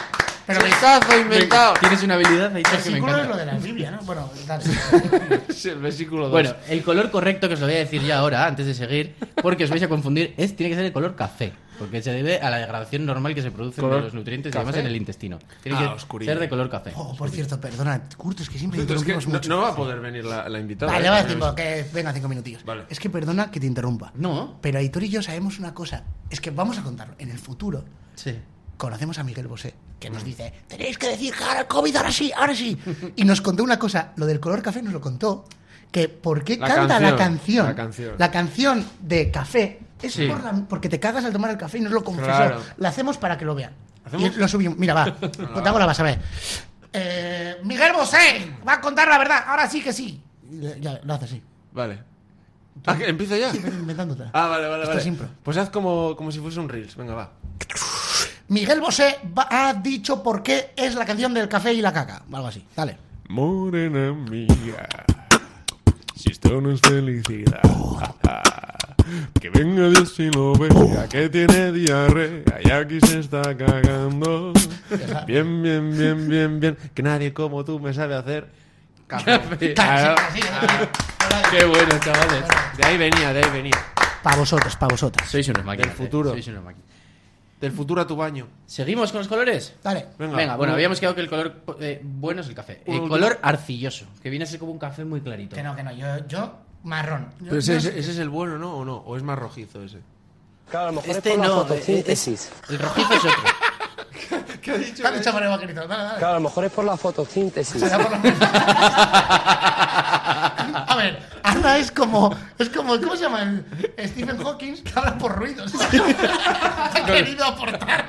B: Pero
D: Chistazo inventado.
E: Tienes una habilidad ahí que me
B: versículo es lo
E: encanta.
B: de la Biblia, ¿no? Bueno, dale.
D: Sí, el versículo dos.
E: Bueno, el color correcto, que os lo voy a decir ya ahora, antes de seguir, porque os vais a confundir, es tiene que ser el color café. Porque se debe a la degradación normal que se produce de
D: ¿Color
E: los nutrientes y
D: café?
E: demás en el intestino. Tiene
D: Ah,
E: que
D: oscurilla.
E: ser de color café.
B: Oh, por cierto, perdona, Curto, es que siempre
D: Entonces, que
B: interrumpimos
D: no,
B: mucho.
D: no va a poder venir la, la invitada.
B: Vale,
D: ¿eh?
B: va cinco, que venga, cinco minutillos.
D: Vale.
B: Es que perdona que te interrumpa.
E: No.
B: Pero Aitor y yo sabemos una cosa. Es que vamos a contarlo. En el futuro
E: Sí.
B: conocemos a Miguel Bosé, que nos dice, tenéis que decir que ahora el COVID, ahora sí, ahora sí. Y nos contó una cosa, lo del color café nos lo contó, que por qué
D: La
B: canta la
D: canción,
B: canción.
D: la canción.
B: La canción de café es
E: Sí.
B: por la- porque te cagas al tomar el café y nos lo confesó.
D: Claro.
B: La hacemos para que lo vean.
D: ¿Hacemos?
B: Y lo subimos. Mira, va. Contamos la vas a ver. Eh, Miguel Bosé va a contar la verdad. Ahora sí que sí. Y le- Ya, lo hace así.
D: Vale. Ah, ¿que ¿empiezo ya?
B: Sí, pero inventándotela.
D: Ah, vale, vale,
B: Esto
D: vale.
B: es impro.
D: Pues haz como, como si fuese un Reels. Venga, va.
B: Miguel Bosé va- ha dicho por qué es la canción del café y la caca. Algo así. Dale.
D: Morena mía, si esto no es felicidad, que venga Dios y lo vea, que tiene diarrea y aquí se está cagando. Bien, bien, bien, bien, bien, que nadie como tú me sabe hacer café. Claro.
B: Casi, casi, casi.
E: Qué bueno, chavales.
D: De ahí venía, de ahí venía.
B: Pa' vosotros, pa' vosotras.
E: Sois unos máquinas.
D: Del futuro.
E: eh. Sois unos máquinas.
D: Del futuro a tu baño.
E: ¿Seguimos con los colores?
B: Dale.
D: Venga,
E: Venga, bueno,
D: uno-
E: habíamos quedado que el color eh, bueno es el café. El
D: Uno-
E: color arcilloso, que viene a ser como un café muy clarito.
B: Que no, que no. Yo, yo marrón. Yo-
D: Pero ese,
B: yo-
D: ese- ese es el bueno, ¿no? ¿O no? ¿O es más rojizo ese?
I: Claro, a lo mejor
E: Este
I: es por
E: no,
I: la fotosíntesis.
E: El rojizo es otro.
D: ¿Qué ha dicho?
B: ¿Qué has dicho con el vaquerito? Dale, dale.
I: Claro, a lo mejor es por la fotosíntesis.
B: Se da por lo- A ver, Ana es como, es como, ¿cómo se llama? El Stephen Hawking, que habla por ruidos. Ha querido aportar.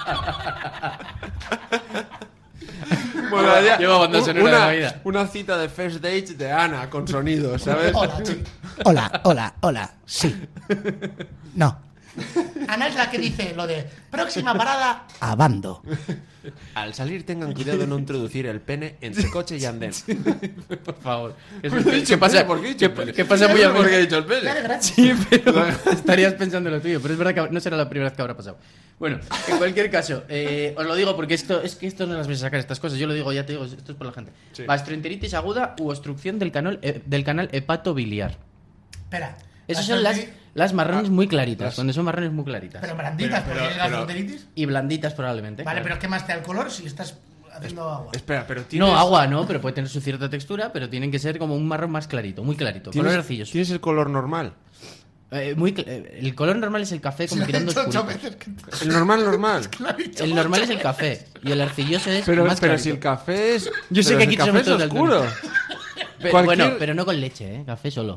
D: Bueno, ya-
E: Lleva banda sonora
D: una,
E: de la vida.
D: una cita de first dates de Ana con sonido, ¿sabes?
B: Hola, sí. Hola, hola, hola, sí. No. Ana es la que dice lo de próxima parada, Abando.
D: Al salir tengan cuidado de no introducir el pene entre coche y andén.
E: Por favor. ¿Qué,
D: ¿Por qué he dicho
E: qué pasa?
D: pene? ¿Por qué he dicho
E: ¿Qué-
D: pene?
E: qué pasa muy a
D: ¿Por qué he
E: menudo?
D: dicho el pene?
B: Dale, gracias.
E: Sí, pero estarías pensando en lo tuyo. Pero es verdad que no será la primera vez que habrá pasado. Bueno, en cualquier caso, eh, os lo digo porque esto es que esto no las vais a sacar estas cosas. Yo lo digo, ya te digo, esto es por la gente.
D: Sí.
E: Gastroenteritis aguda u obstrucción del canal, eh, del canal hepatobiliar.
B: Espera.
E: Esas son las, las marrones muy claritas,
D: las-
E: cuando son marrones muy claritas.
B: Pero blanditas,
D: Pero-
B: porque
D: pero-
B: es gastroenteritis.
E: Y blanditas probablemente.
B: Vale,
E: claro.
B: pero ¿qué más te da el color si estás haciendo agua?
D: Espera, pero tienes...
E: No, agua no, pero puede tener su cierta textura, pero tienen que ser como un marrón más clarito, muy clarito.
D: ¿Tienes,
E: Color arcilloso.
D: ¿Tienes el color normal?
E: Eh, muy cl- eh, el color normal es el café como
B: Lo he
E: tirando
B: dicho ocho
E: oscurito.
B: veces que te-
D: El normal, normal.
B: lo he dicho
E: El normal es
B: ocho
E: el café y el arcilloso es
D: Pero,
E: más
D: pero
E: clarito.
D: si el café es...
E: Yo sé
D: pero
E: que
D: si
E: aquí
D: el café
E: somos
D: es
E: todos
D: oscuro.
E: Pe-
D: Cualquier-
E: Bueno, pero no con leche, ¿eh? Café solo.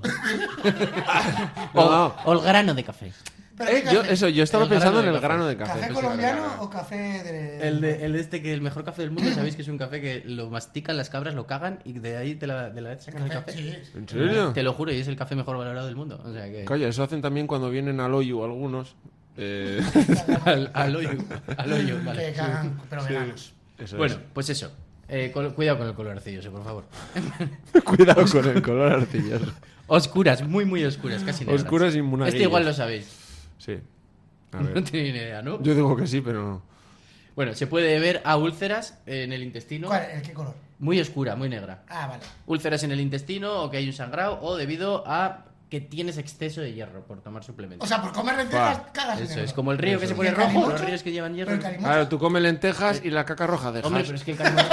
D: No,
E: o,
D: no.
E: o el grano de café.
B: Pero
D: Eh,
B: ¿qué
D: yo,
B: café?
D: eso, yo estaba
E: El
D: pensando
E: grano
D: en
E: de
D: el
E: café.
D: grano de café.
B: ¿Café
D: Eso,
B: colombiano
D: claro.
B: o café de...?
E: El de, el de este que el mejor café del mundo, sabéis que es un café que lo mastican las cabras, lo cagan y de ahí de la, de la vez sacan el café.
B: Sí.
D: ¿En serio?
E: Te lo juro, y es el café mejor valorado del mundo. O sea que.
D: Calla, eso hacen también cuando vienen al hoyo algunos. Eh,
E: al, al hoyo. Al hoyo, vale.
B: Que cagan, pero veganos.
D: eso
E: Bueno,
D: es.
E: pues eso. Eh, col- cuidado con el color arcilloso, por favor.
D: Cuidado con el color arcilloso.
E: Oscuras, muy, muy oscuras, casi negras.
D: Oscuras y monaguillas.
E: Este igual lo sabéis.
D: Sí. A
E: No
D: ver.
E: tenéis ni idea, ¿no?
D: Yo digo que sí, pero no.
E: Bueno, se puede ver a úlceras en el intestino.
B: ¿Cuál? ¿El qué color?
E: Muy oscura, muy negra.
B: Ah, vale.
E: Úlceras en el intestino o que hay un sangrado o debido a que tienes exceso de hierro por tomar suplementos.
B: O sea, por comer lentejas,
D: Buah.
B: cagas en
E: Eso
B: negro.
E: es como el río que se pone
B: ¿Y el
E: rojo,
B: calimocho?
E: los ríos que llevan hierro.
B: Pero el calimocho.
D: Claro, tú comes lentejas y la caca roja dejas.
E: Hombre, pero es que el calimocho...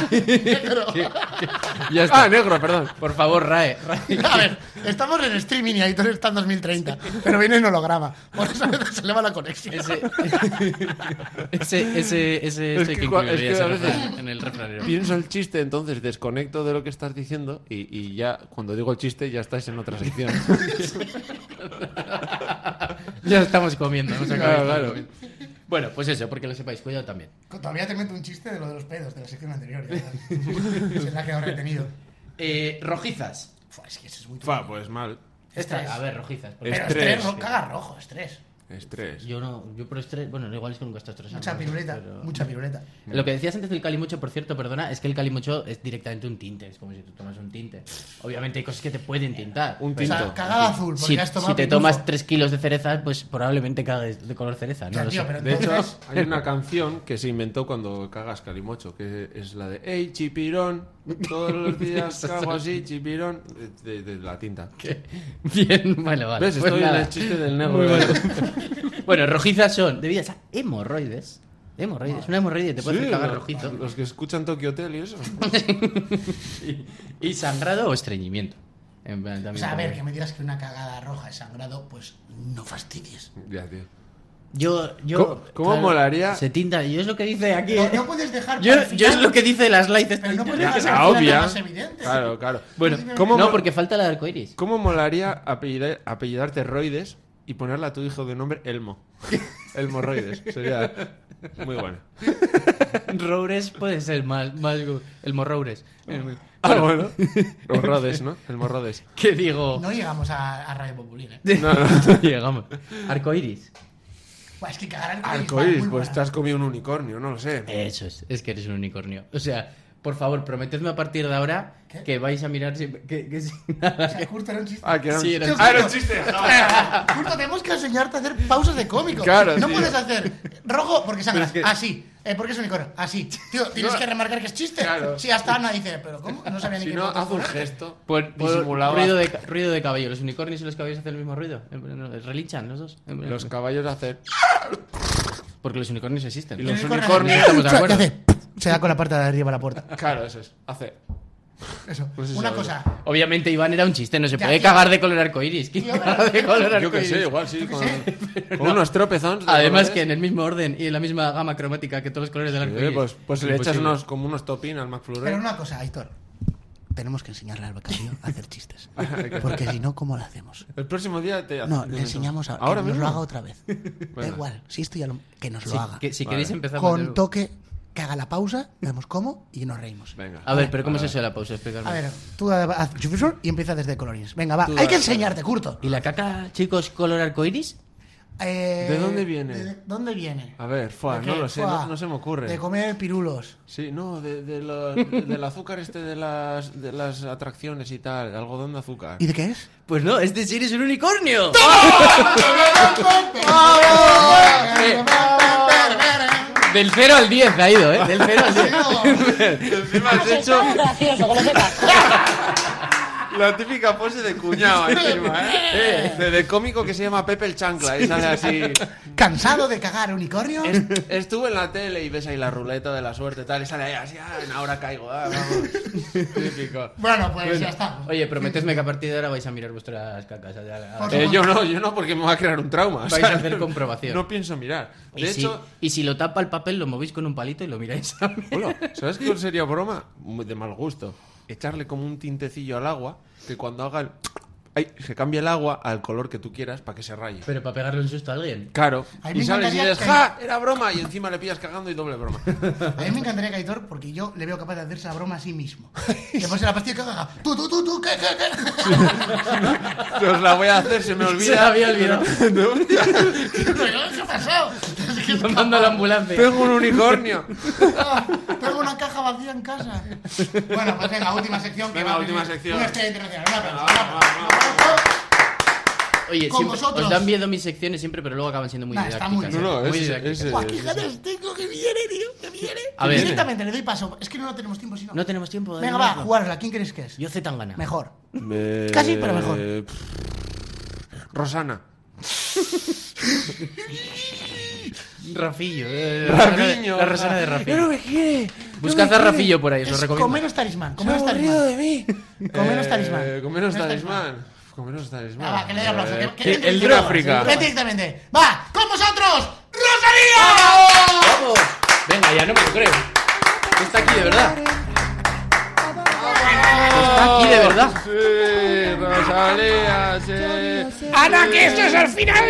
D: Ya está. Ah, negro, perdón.
E: Por favor, Rae. Rae.
B: A ver, estamos en streaming y ahí todo está en dos mil treinta, pero viene en holograma. Por eso a veces se eleva la conexión.
E: Ese, ese, ese, ese,
D: Es
E: ese
D: que
E: que
D: cua-
E: incluiría
D: es que
E: ese
D: a veces-
E: refrán en el refranero.
D: Pienso el chiste, entonces desconecto de lo que estás diciendo y, y ya, cuando digo el chiste, ya estáis en otra sección.
E: Ya estamos comiendo, no se acaba de
D: Claro,
E: estar
D: claro.
E: comiendo. Bueno, pues eso, porque lo sepáis, cuidado también.
B: Todavía te meto un chiste de lo de los pedos de la sección anterior. ya. Se la ha quedado retenido.
E: Eh, rojizas.
B: Fua, es que eso es muy
D: Fa, pues mal.
E: Esta, a ver, rojizas. porque-
B: Pero
D: Estrés.
B: estrés, ro- caga rojo, estrés.
D: Estrés.
E: Yo no, yo por estrés, bueno, igual es que nunca estoy estresado.
B: Mucha piruleta,
E: pero-
B: mucha piruleta.
E: Lo que decías antes del calimocho, por cierto, perdona, es que el calimocho es directamente un tinte, es como si tú tomas un tinte. Obviamente hay cosas que te pueden tintar.
D: Un
B: O
D: tinto.
B: sea, cagada azul, porque
E: Si,
B: has tomado
E: si te
B: pitufo.
E: tomas tres kilos de cereza, pues probablemente cagues de color cereza. No
B: Ya,
E: lo
B: tío,
E: sé.
B: pero
D: De hecho,
B: entonces...
D: hay una canción que se inventó cuando cagas calimocho, que es la de Ey, chipirón, todos los días cago así, chipirón, de, de la tinta.
E: Bien, vale, vale.
D: ¿Ves?
E: Pues
D: Estoy en
E: nada.
D: el chiste del negro.
E: Muy bueno. Bueno, rojizas son debidas a hemorroides. Hemorroides. Una hemorroide te puede
D: Sí,
E: hacer cagar
D: los-
E: rojizo.
D: Los que escuchan Tokyo Hotel y eso.
E: Y sangrado o estreñimiento. En plan,
B: O
E: también
B: sea, a ver,
E: como-
B: que me digas que una cagada roja es sangrado, pues no fastidies.
D: Ya, tío.
E: Yo, yo.
D: ¿Cómo- cómo molaría?
E: Se tinta. Yo es lo que dice aquí.
B: No,
E: eh.
B: no puedes dejar
E: Yo,
B: para el
E: yo es
B: final-
E: lo que dice las lights.
B: Pero no puedes
D: Ya,
B: dejar
D: la
B: para el final
D: obvia.
B: la más evidente.
D: Claro, claro.
E: Bueno,
D: ¿Cómo
E: no,
D: mo-
E: porque falta el arcoiris.
D: ¿Cómo molaría apellidar- apellidarte Roides y ponerle a tu hijo de nombre Elmo? Elmo Roides. Sería muy bueno.
E: Roures puede ser más. más el morroures.
D: Ah, bueno. Los Rodes, ¿no? Elmo Rodes.
E: ¿Qué digo?
B: No llegamos a, a Radio Populín, ¿eh?
D: No, no.
E: No llegamos. Arcoiris.
B: Buah, es que cagar arcoíris,
D: Arcoíris,
B: muy
D: pues
B: buena.
D: te has comido un unicornio, no lo sé.
E: Eso es, es que eres un unicornio. O sea, por favor, prometedme a partir de ahora
B: ¿Qué?
E: que vais a mirar siempre. Que, que sin nada.
B: O sea, Curto, era un chiste.
D: Ah, que era un,
E: Sí, era un
D: ah, era un
B: chiste.
D: chiste.
B: Curto, tenemos que enseñarte a hacer pausas de cómico.
D: Claro,
B: no
D: tío.
B: puedes hacer rojo porque sangras.
D: Pero es que-
B: Así. Eh, porque es unicornio. Así. Tío, tienes
D: No.
B: que remarcar que es chiste.
D: Claro.
B: Sí, hasta Ana dice, pero ¿cómo? No sabía ni
D: Si
B: que
D: no,
B: era
D: haz un
B: otro
D: gesto.
E: Por, por
D: disimulado.
E: ruido, de, ca- ruido de caballo. ¿Los unicornios y los caballos hacen el mismo ruido? Eh, no, Relinchan los dos. Eh,
D: Los caballos hacen.
E: Porque los unicornios existen.
D: Y los
B: unicornio.
D: unicornios.
E: Estamos de
B: O sea,
E: acuerdo.
B: que hace, se da con la parte de arriba a la puerta.
D: Claro, eso es. Hace.
B: Eso.
D: Pues eso
B: Una
D: es.
B: cosa.
E: Obviamente, Iván era un chiste. No se
B: Ya,
E: puede
B: tío.
E: cagar de color arcoiris. ¿Quién
B: Tío,
E: caga
B: pero-
E: de color
D: Yo que
E: arcoiris?
D: sé, igual sí.
B: Yo
D: Con,
B: qué
D: con unos tropezons. de
E: Además
D: colores.
E: que en el mismo orden y en la misma gama cromática que todos los colores del
D: Sí,
E: arcoiris.
D: pues, pues le echas
E: Imposible.
D: unos, como unos topping al
B: Pero
D: McFlurry.
B: una cosa, Aitor. Tenemos que enseñarle al becario a hacer chistes.
D: Hay que-
B: Porque si no, ¿cómo lo hacemos?
D: El próximo día te
B: No,
D: te
B: le
D: meto.
B: enseñamos a
D: Ahora
B: que nos
D: mismo.
B: lo haga otra vez. Da
D: Venga.
B: igual, si esto ya lo, que nos lo
E: Sí,
B: haga.
E: que- si
D: Vale.
E: queréis empezamos. de
B: Con
E: nuevo.
B: toque, que haga la pausa, vemos cómo y nos reímos.
D: Venga.
E: A ver, pero ¿cómo es eso de la pausa? Explícame.
B: A ver, tú haz chufisor y empieza desde colorines. Venga, va.
D: Tú
B: Hay que
D: haz-
B: enseñarte, Curto.
E: ¿Y la caca, chicos, color arcoiris?
B: Eh,
D: ¿De dónde viene?
B: de- ¿Dónde viene?
D: A ver, fua,
B: ¿De
D: no
B: qué?
D: lo sé,
B: Fua,
D: no, no se me ocurre.
B: De comer pirulos.
D: Sí, no, de, de lo- de- del azúcar este de las, de las atracciones y tal, de algodón de azúcar.
B: ¿Y de qué es?
E: Pues no, es decir, es un unicornio. Del cero al diez ha ido, ¿eh? Del cero al diez.
D: Encima has hecho
G: gracioso, que lo sepas.
D: la típica pose de cuñado encima, ¿eh? De, de cómico que se llama Pepe el Chancla y sale así.
B: ¿Cansado de cagar unicornios?
D: Est- Estuve en la tele y ves ahí la ruleta de la suerte tal y sale ahí así, ah, ahora caigo, ah, vamos. Típico.
B: Bueno, pues ya está.
E: Oye, prometedme que a partir de ahora vais a mirar vuestras cacas. a- a- a-
B: Por
D: Eh, yo no, yo no, porque me va a crear un trauma.
E: Vais a hacer comprobación.
D: No pienso mirar.
E: Y,
D: De
E: si,
D: hecho,
E: y si lo tapa el papel, lo movéis con un palito y lo miráis a mí.
D: hola, ¿sabes qué sería broma? Muy de mal gusto. Echarle como un tintecillo al agua, que cuando haga el... Ay, se cambie el agua al color que tú quieras para que se raye.
E: Pero para pegarle un susto a alguien.
D: Claro.
B: A mí me
D: Y sales y
B: encantaría
D: dices,
B: que-
D: ¡ja! Era broma. Y encima le pillas cagando y doble broma.
B: A mí me encantaría que Aitor, porque yo le veo capaz de hacerse la broma a sí mismo. Le pones la pastilla y que haga, tú, tú, tú, tú, ¿qué, qué, qué?
D: Os la voy a hacer, se me olvida.
E: Se me había olvidado.
B: ¿Qué ha pasado?
E: Tomando la ambulancia.
D: Tengo un unicornio.
B: Ah, tengo una caja vacía en casa. Bueno, pues venga, última sección. Que
D: Venga,
B: va a
D: última
B: venir
D: sección.
B: Una estrella internacional. Un aplauso,
D: Venga,
B: un aplauso,
D: vamos,
B: un aplauso.
E: Oye,
B: Con
E: siempre,
B: vosotros.
E: os dan miedo mis secciones siempre, pero luego acaban siendo muy
B: Nah, está
E: didácticas.
B: muy
E: ¿eh?
B: bien.
D: No, no,
E: Muy
D: ese-
E: didácticas.
D: ese-
B: Buah, qué ganas tengo que viene, tío, que viene.
E: A ver.
B: Directamente le doy paso. Es que no tenemos tiempo, si no.
E: No tenemos tiempo de
B: Venga, va,
E: verlo.
B: jugarla. ¿Quién crees que es?
E: Yo Zetangana.
B: Mejor.
D: Me-
B: Casi, pero mejor.
D: Rosana.
E: Rafillo. eh,
D: Rafiño.
E: La resana de Rafillo.
D: No me quiere.
E: Buscad a Rafillo por ahí, os lo
B: Es
E: recomiendo.
B: con menos talismán. Con
D: Se ha
B: menos
D: aburrido
B: talismán.
D: de mí.
B: Con menos
D: Eh,
B: talismán.
D: Con menos talismán. Con menos talismán.
B: Ah, va, que le dé aplauso.
D: Eh,
B: que- que entre
D: el de
B: directamente.
D: África.
B: Vete directamente. ¡Va! ¡Con vosotros! ¡Rosalía!
E: ¡Vamos! Venga, ya no me lo creo. Está aquí de verdad. Está aquí de verdad.
D: Sí, Rosalía, sí.
C: ¡Ana, que esto es el final!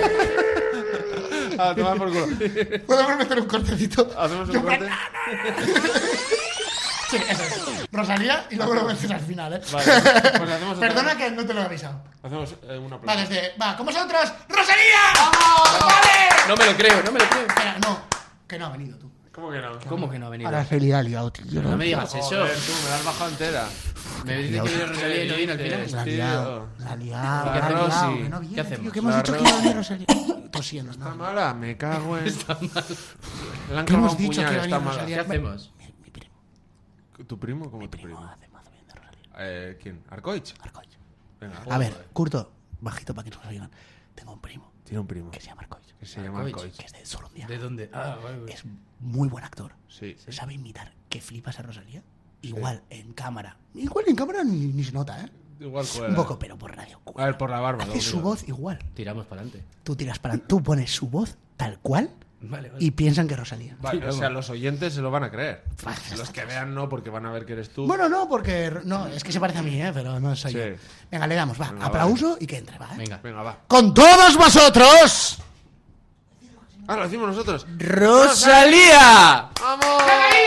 D: A tomar por culo.
B: ¿Podemos meter un cortecito?
D: Hacemos un corte.
B: Sí, eso es. Rosalía y luego lo metes al final, ¿eh?
D: Vale, pues hacemos otra
B: Perdona
D: vez.
B: que no te lo he avisado.
D: Hacemos eh, una
B: Va,
D: prueba.
B: desde. Va, con vosotros, ¡Rosalía! ¡Vamos! ¡Vale!
E: No me lo creo, no me lo creo.
B: Espera, no, que no ha venido tú.
D: ¿Cómo que no?
E: ¿Cómo que no ha venido?
B: Araceli la ha liado, tío.
E: No me digas eso.
D: Joder, tú, me la has bajado entera.
E: Me dices que viene Rosalía y no viene al final.
B: La ha
D: Tío.
B: liado, la ha liado,
D: La
B: la ha
D: Rosy.
B: liado. Que no viene,
E: ¿Qué hacemos?
B: tío, que hemos
D: La
B: dicho que
D: Rosy.
B: iba a venir Rosalía. Tosiendo, está
D: ¿Está
B: mal.
D: mala? Me cago en... Está mal. Le han
B: ¿Qué
D: clavado
B: hemos
D: un
B: dicho
D: puñal,
B: que iba a
D: está
B: venir
D: mala.
B: Rosalía?
E: ¿Qué hacemos?
B: Mi, mi primo.
D: ¿Tu primo? ¿Cómo tu primo?
B: hace mazo bien de Rosalía.
D: Eh, ¿Quién? ¿Arcoich?
B: Arcoich.
D: Venga.
B: A ver, Curto, bajito para que nos oigan. Tengo un primo
D: Tiene un primo.
B: que se llama Arcoich,
D: Que se llama
E: Arcoich.
D: Arcoich.
B: que es de solo un día.
E: ¿De dónde? Ah, vale, vale.
B: Es muy buen actor.
D: Sí.
B: Sabe imitar que flipas a Rosalía. Igual en cámara. Igual en cámara ni, ni se nota, ¿eh?
D: Igual cuela.
B: Un poco, pero por radio.
D: A ver, por la barba.
B: Hace
D: lo
B: su
D: único.
B: voz igual.
E: Tiramos para adelante.
B: Tú tiras para. Tú pones su voz tal cual
E: Vale, vale.
B: y piensan que es Rosalía.
D: Vale, o sea, los oyentes se lo van a creer.
B: Vale,
D: Los que vean no, porque van a ver que eres tú.
B: Bueno, no, porque. No, es que se parece a mí, ¿eh? Pero no soy
D: Sí.
B: yo. Venga, le damos, va.
D: Venga,
B: aplauso y que entre, va. ¿eh?
E: Venga.
D: Venga, va.
B: Con todos vosotros,
D: Ah, lo decimos nosotros.
E: ¡Rosalía!
D: ¡Vamos!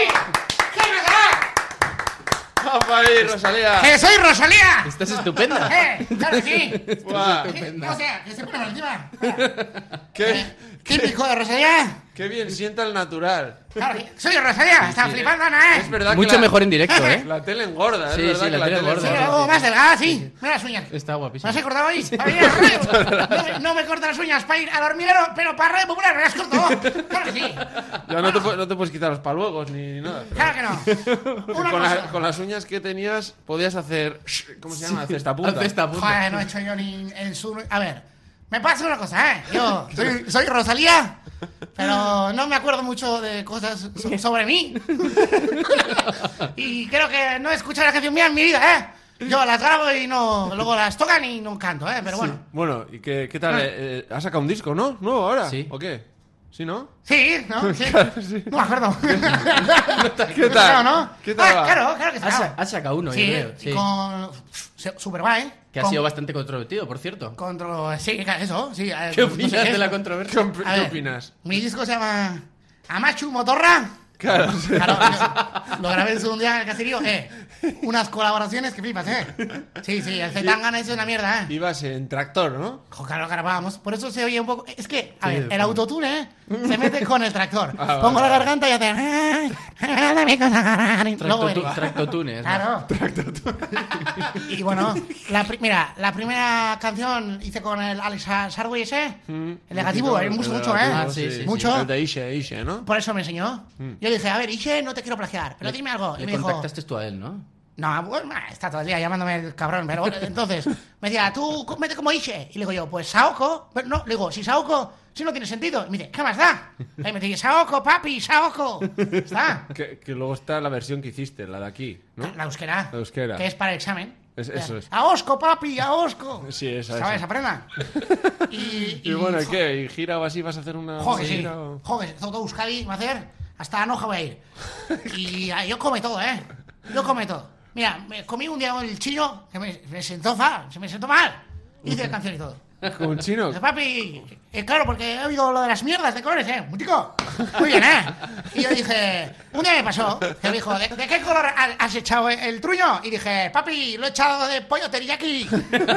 D: ¡Vamos ahí, Rosalía!
B: ¡Que soy Rosalía!
E: Estás estupenda.
B: ¡Eh! ¡Claro que sí!
D: Buah,
B: ¿Qué? O sea, que se pone por encima.
D: qué,
B: Típico de Rosalía.
D: qué bien sienta el natural.
B: Claro, que soy Rosalía. Está flipando, Ana, ¿eh?
D: Es verdad
E: Mucho
D: que la,
E: mejor en directo, ¿eh?
D: la tele engorda,
E: Sí,
D: es verdad
E: sí,
D: que
E: la tele
B: Sí,
E: engorda.
B: la hago más delgada, sí. Mira las uñas.
E: Está
B: ¿Me
E: guapísimo.
B: las he cortado hoy? A ver, no, me- no me corto las uñas para ir a dormir, pero para Radio Popular me las corto. Claro que sí.
D: Ya no te, pu- no te puedes quitar los paluegos ni, ni nada.
B: Claro que no. Una
D: Con, la-
B: cosa.
D: con las uñas que tenías podías hacer... ¿Cómo se llama? Cesta punta.
E: Haz esta punta.
B: Joder, no he hecho yo ni en su... A ver, me pasa una cosa, ¿eh? Yo soy, soy Rosalía, pero no me acuerdo mucho de cosas so- sobre mí. Y creo que no he escuchado la canción mía en mi vida, ¿eh? Yo las grabo y no... Luego las tocan y no canto, ¿eh? Pero bueno.
D: Bueno, ¿y qué, qué tal? Eh, eh, ¿Has sacado un disco, no? ¿Nuevo ahora?
E: Sí.
D: ¿O qué? ¿Sí, no?
B: Sí, ¿no? Sí.
D: Claro, sí.
B: No me acuerdo.
D: ¿Qué tal?
B: No, ¿no?
D: ¿Qué tal
B: Ah,
D: va?
B: claro, claro que
E: Has,
B: está.
E: has sacado uno,
B: Sí,
E: yo creo. Sí.
B: y con... Super guay, ¿eh?
E: Que ha
B: Con-
E: sido bastante controvertido, por cierto.
B: Contro... Sí, eso, sí. eh,
E: ¿Qué
B: no sé
E: opinas
B: qué.
E: de la controversia?
D: ¿Qué, op-
B: A
D: qué
B: ver,
D: opinas?
B: Mi disco se llama Amachu Motorra.
D: Claro, sí.
B: Claro, yo lo grabé en su día en el caserío, eh. Unas colaboraciones que flipas, eh. Sí, sí, el Zetangana es una mierda, eh.
D: Ibas en tractor, ¿no?
B: Jo, claro, grabábamos. Por eso se oye un poco. Es que, a ver, el autotune, eh, se mete con el tractor.
D: Ah,
B: Pongo
D: vale,
B: la garganta y hace. Luego
E: Tractotu-
B: venía.
E: Tractotune, es
B: Claro. Y bueno, la pri- mira, la primera canción hice con el Alex Sarway ese. El negativo, a mí me gusta
D: El
B: mucho, ¿eh?
D: negativo,
E: Ah, sí, sí, sí.
B: Mucho.
D: El de Ishe, Ishe, ¿no?
B: Por eso me enseñó. Yo le dije, a ver, Ishe, no te quiero plagiar, pero dime algo. Y
E: Le
B: me dijo,
E: contactaste tú a él, ¿no?
B: no, bueno, está todo el día llamándome el cabrón. Pero bueno, entonces me decía, tú mete como Ishe. Y le digo yo, pues Saoko. Pero no, le digo, si Saoko, si no tiene sentido. Y me dice, ¿qué más da? Y me dice, Saoko, papi, Saoko. Está.
D: Que, que luego está la versión que hiciste, la de aquí, ¿no?
B: La euskera.
D: La euskera.
B: Que es para el examen.
D: Es- eso es.
B: A Osco, papi, a Osco.
D: Sí, esa,
B: ¿Sabes?
D: esa.
B: Aprendan. Y,
D: Y bueno, ¿y qué? ¿Y gira o así vas a hacer una
B: Joder, sí.
D: gira o-
B: Joder, todo Euskadi va a hacer. Hasta Anoja voy a ir. Y ah, yo come todo, ¿eh? Yo come todo. Mira, me comí un día con el chino que me, me sentó fa, se me sentó mal. Hice la canción y todo.
D: Con un chino.
B: Dice, papi, eh, claro, porque he oído lo de las mierdas de colores, ¿eh? Muy tico. Muy bien, ¿eh? Y yo dije, un día me pasó, que me dijo, ¿de, de qué color ha- has echado el truño? Y dije, papi, lo he echado de pollo teriyaki.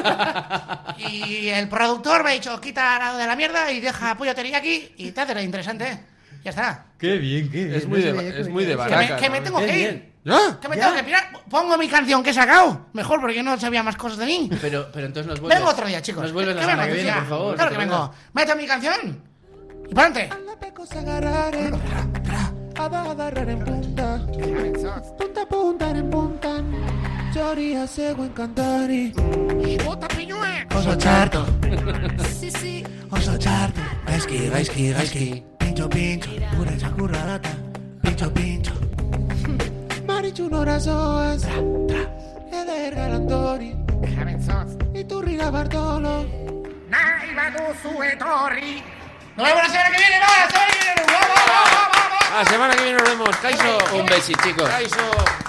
B: Y el productor me ha dicho, quita de la mierda y deja pollo teriyaki y te hace lo interesante, ¿eh? Ya está.
E: Qué bien, qué bien.
D: Es muy de, es muy de
B: Que
D: baraca.
B: me, que me
D: ¿no?
B: tengo
E: Qué
B: que ir.
E: bien.
D: ¿Ya?
B: Que me tengo que pirar. Pongo mi canción que he sacado. Mejor, porque no sabía más cosas de mí.
E: Pero, pero entonces nos vuelves.
B: Vengo otro día, chicos.
E: Nos vuelves la
B: Que
E: semana
B: vengo,
E: que viene,
B: ya.
E: por favor.
B: Claro que vengo. Meto mi canción. Y para adelante.
J: agarrar en punta, punta punta en punta, Choria seguo en cantari.
B: ¡Bota piñue!
J: Oso charto,
G: Sí, sí.
J: oso charto, gaizki, gaizki, gaizki, pincho, pincho, pura chakurrarata, pincho, pincho. Marichu norazoaz, eder galantori, iturrira Bartolo.
B: Naiba duzu etorri. Nos vemos la semana que viene. ¡Va! ¡La semana que viene! ¡Va, va, va, va, va!
D: La semana que viene nos vemos. Kaiso.
E: Un besito, chicos.
D: Kaiso.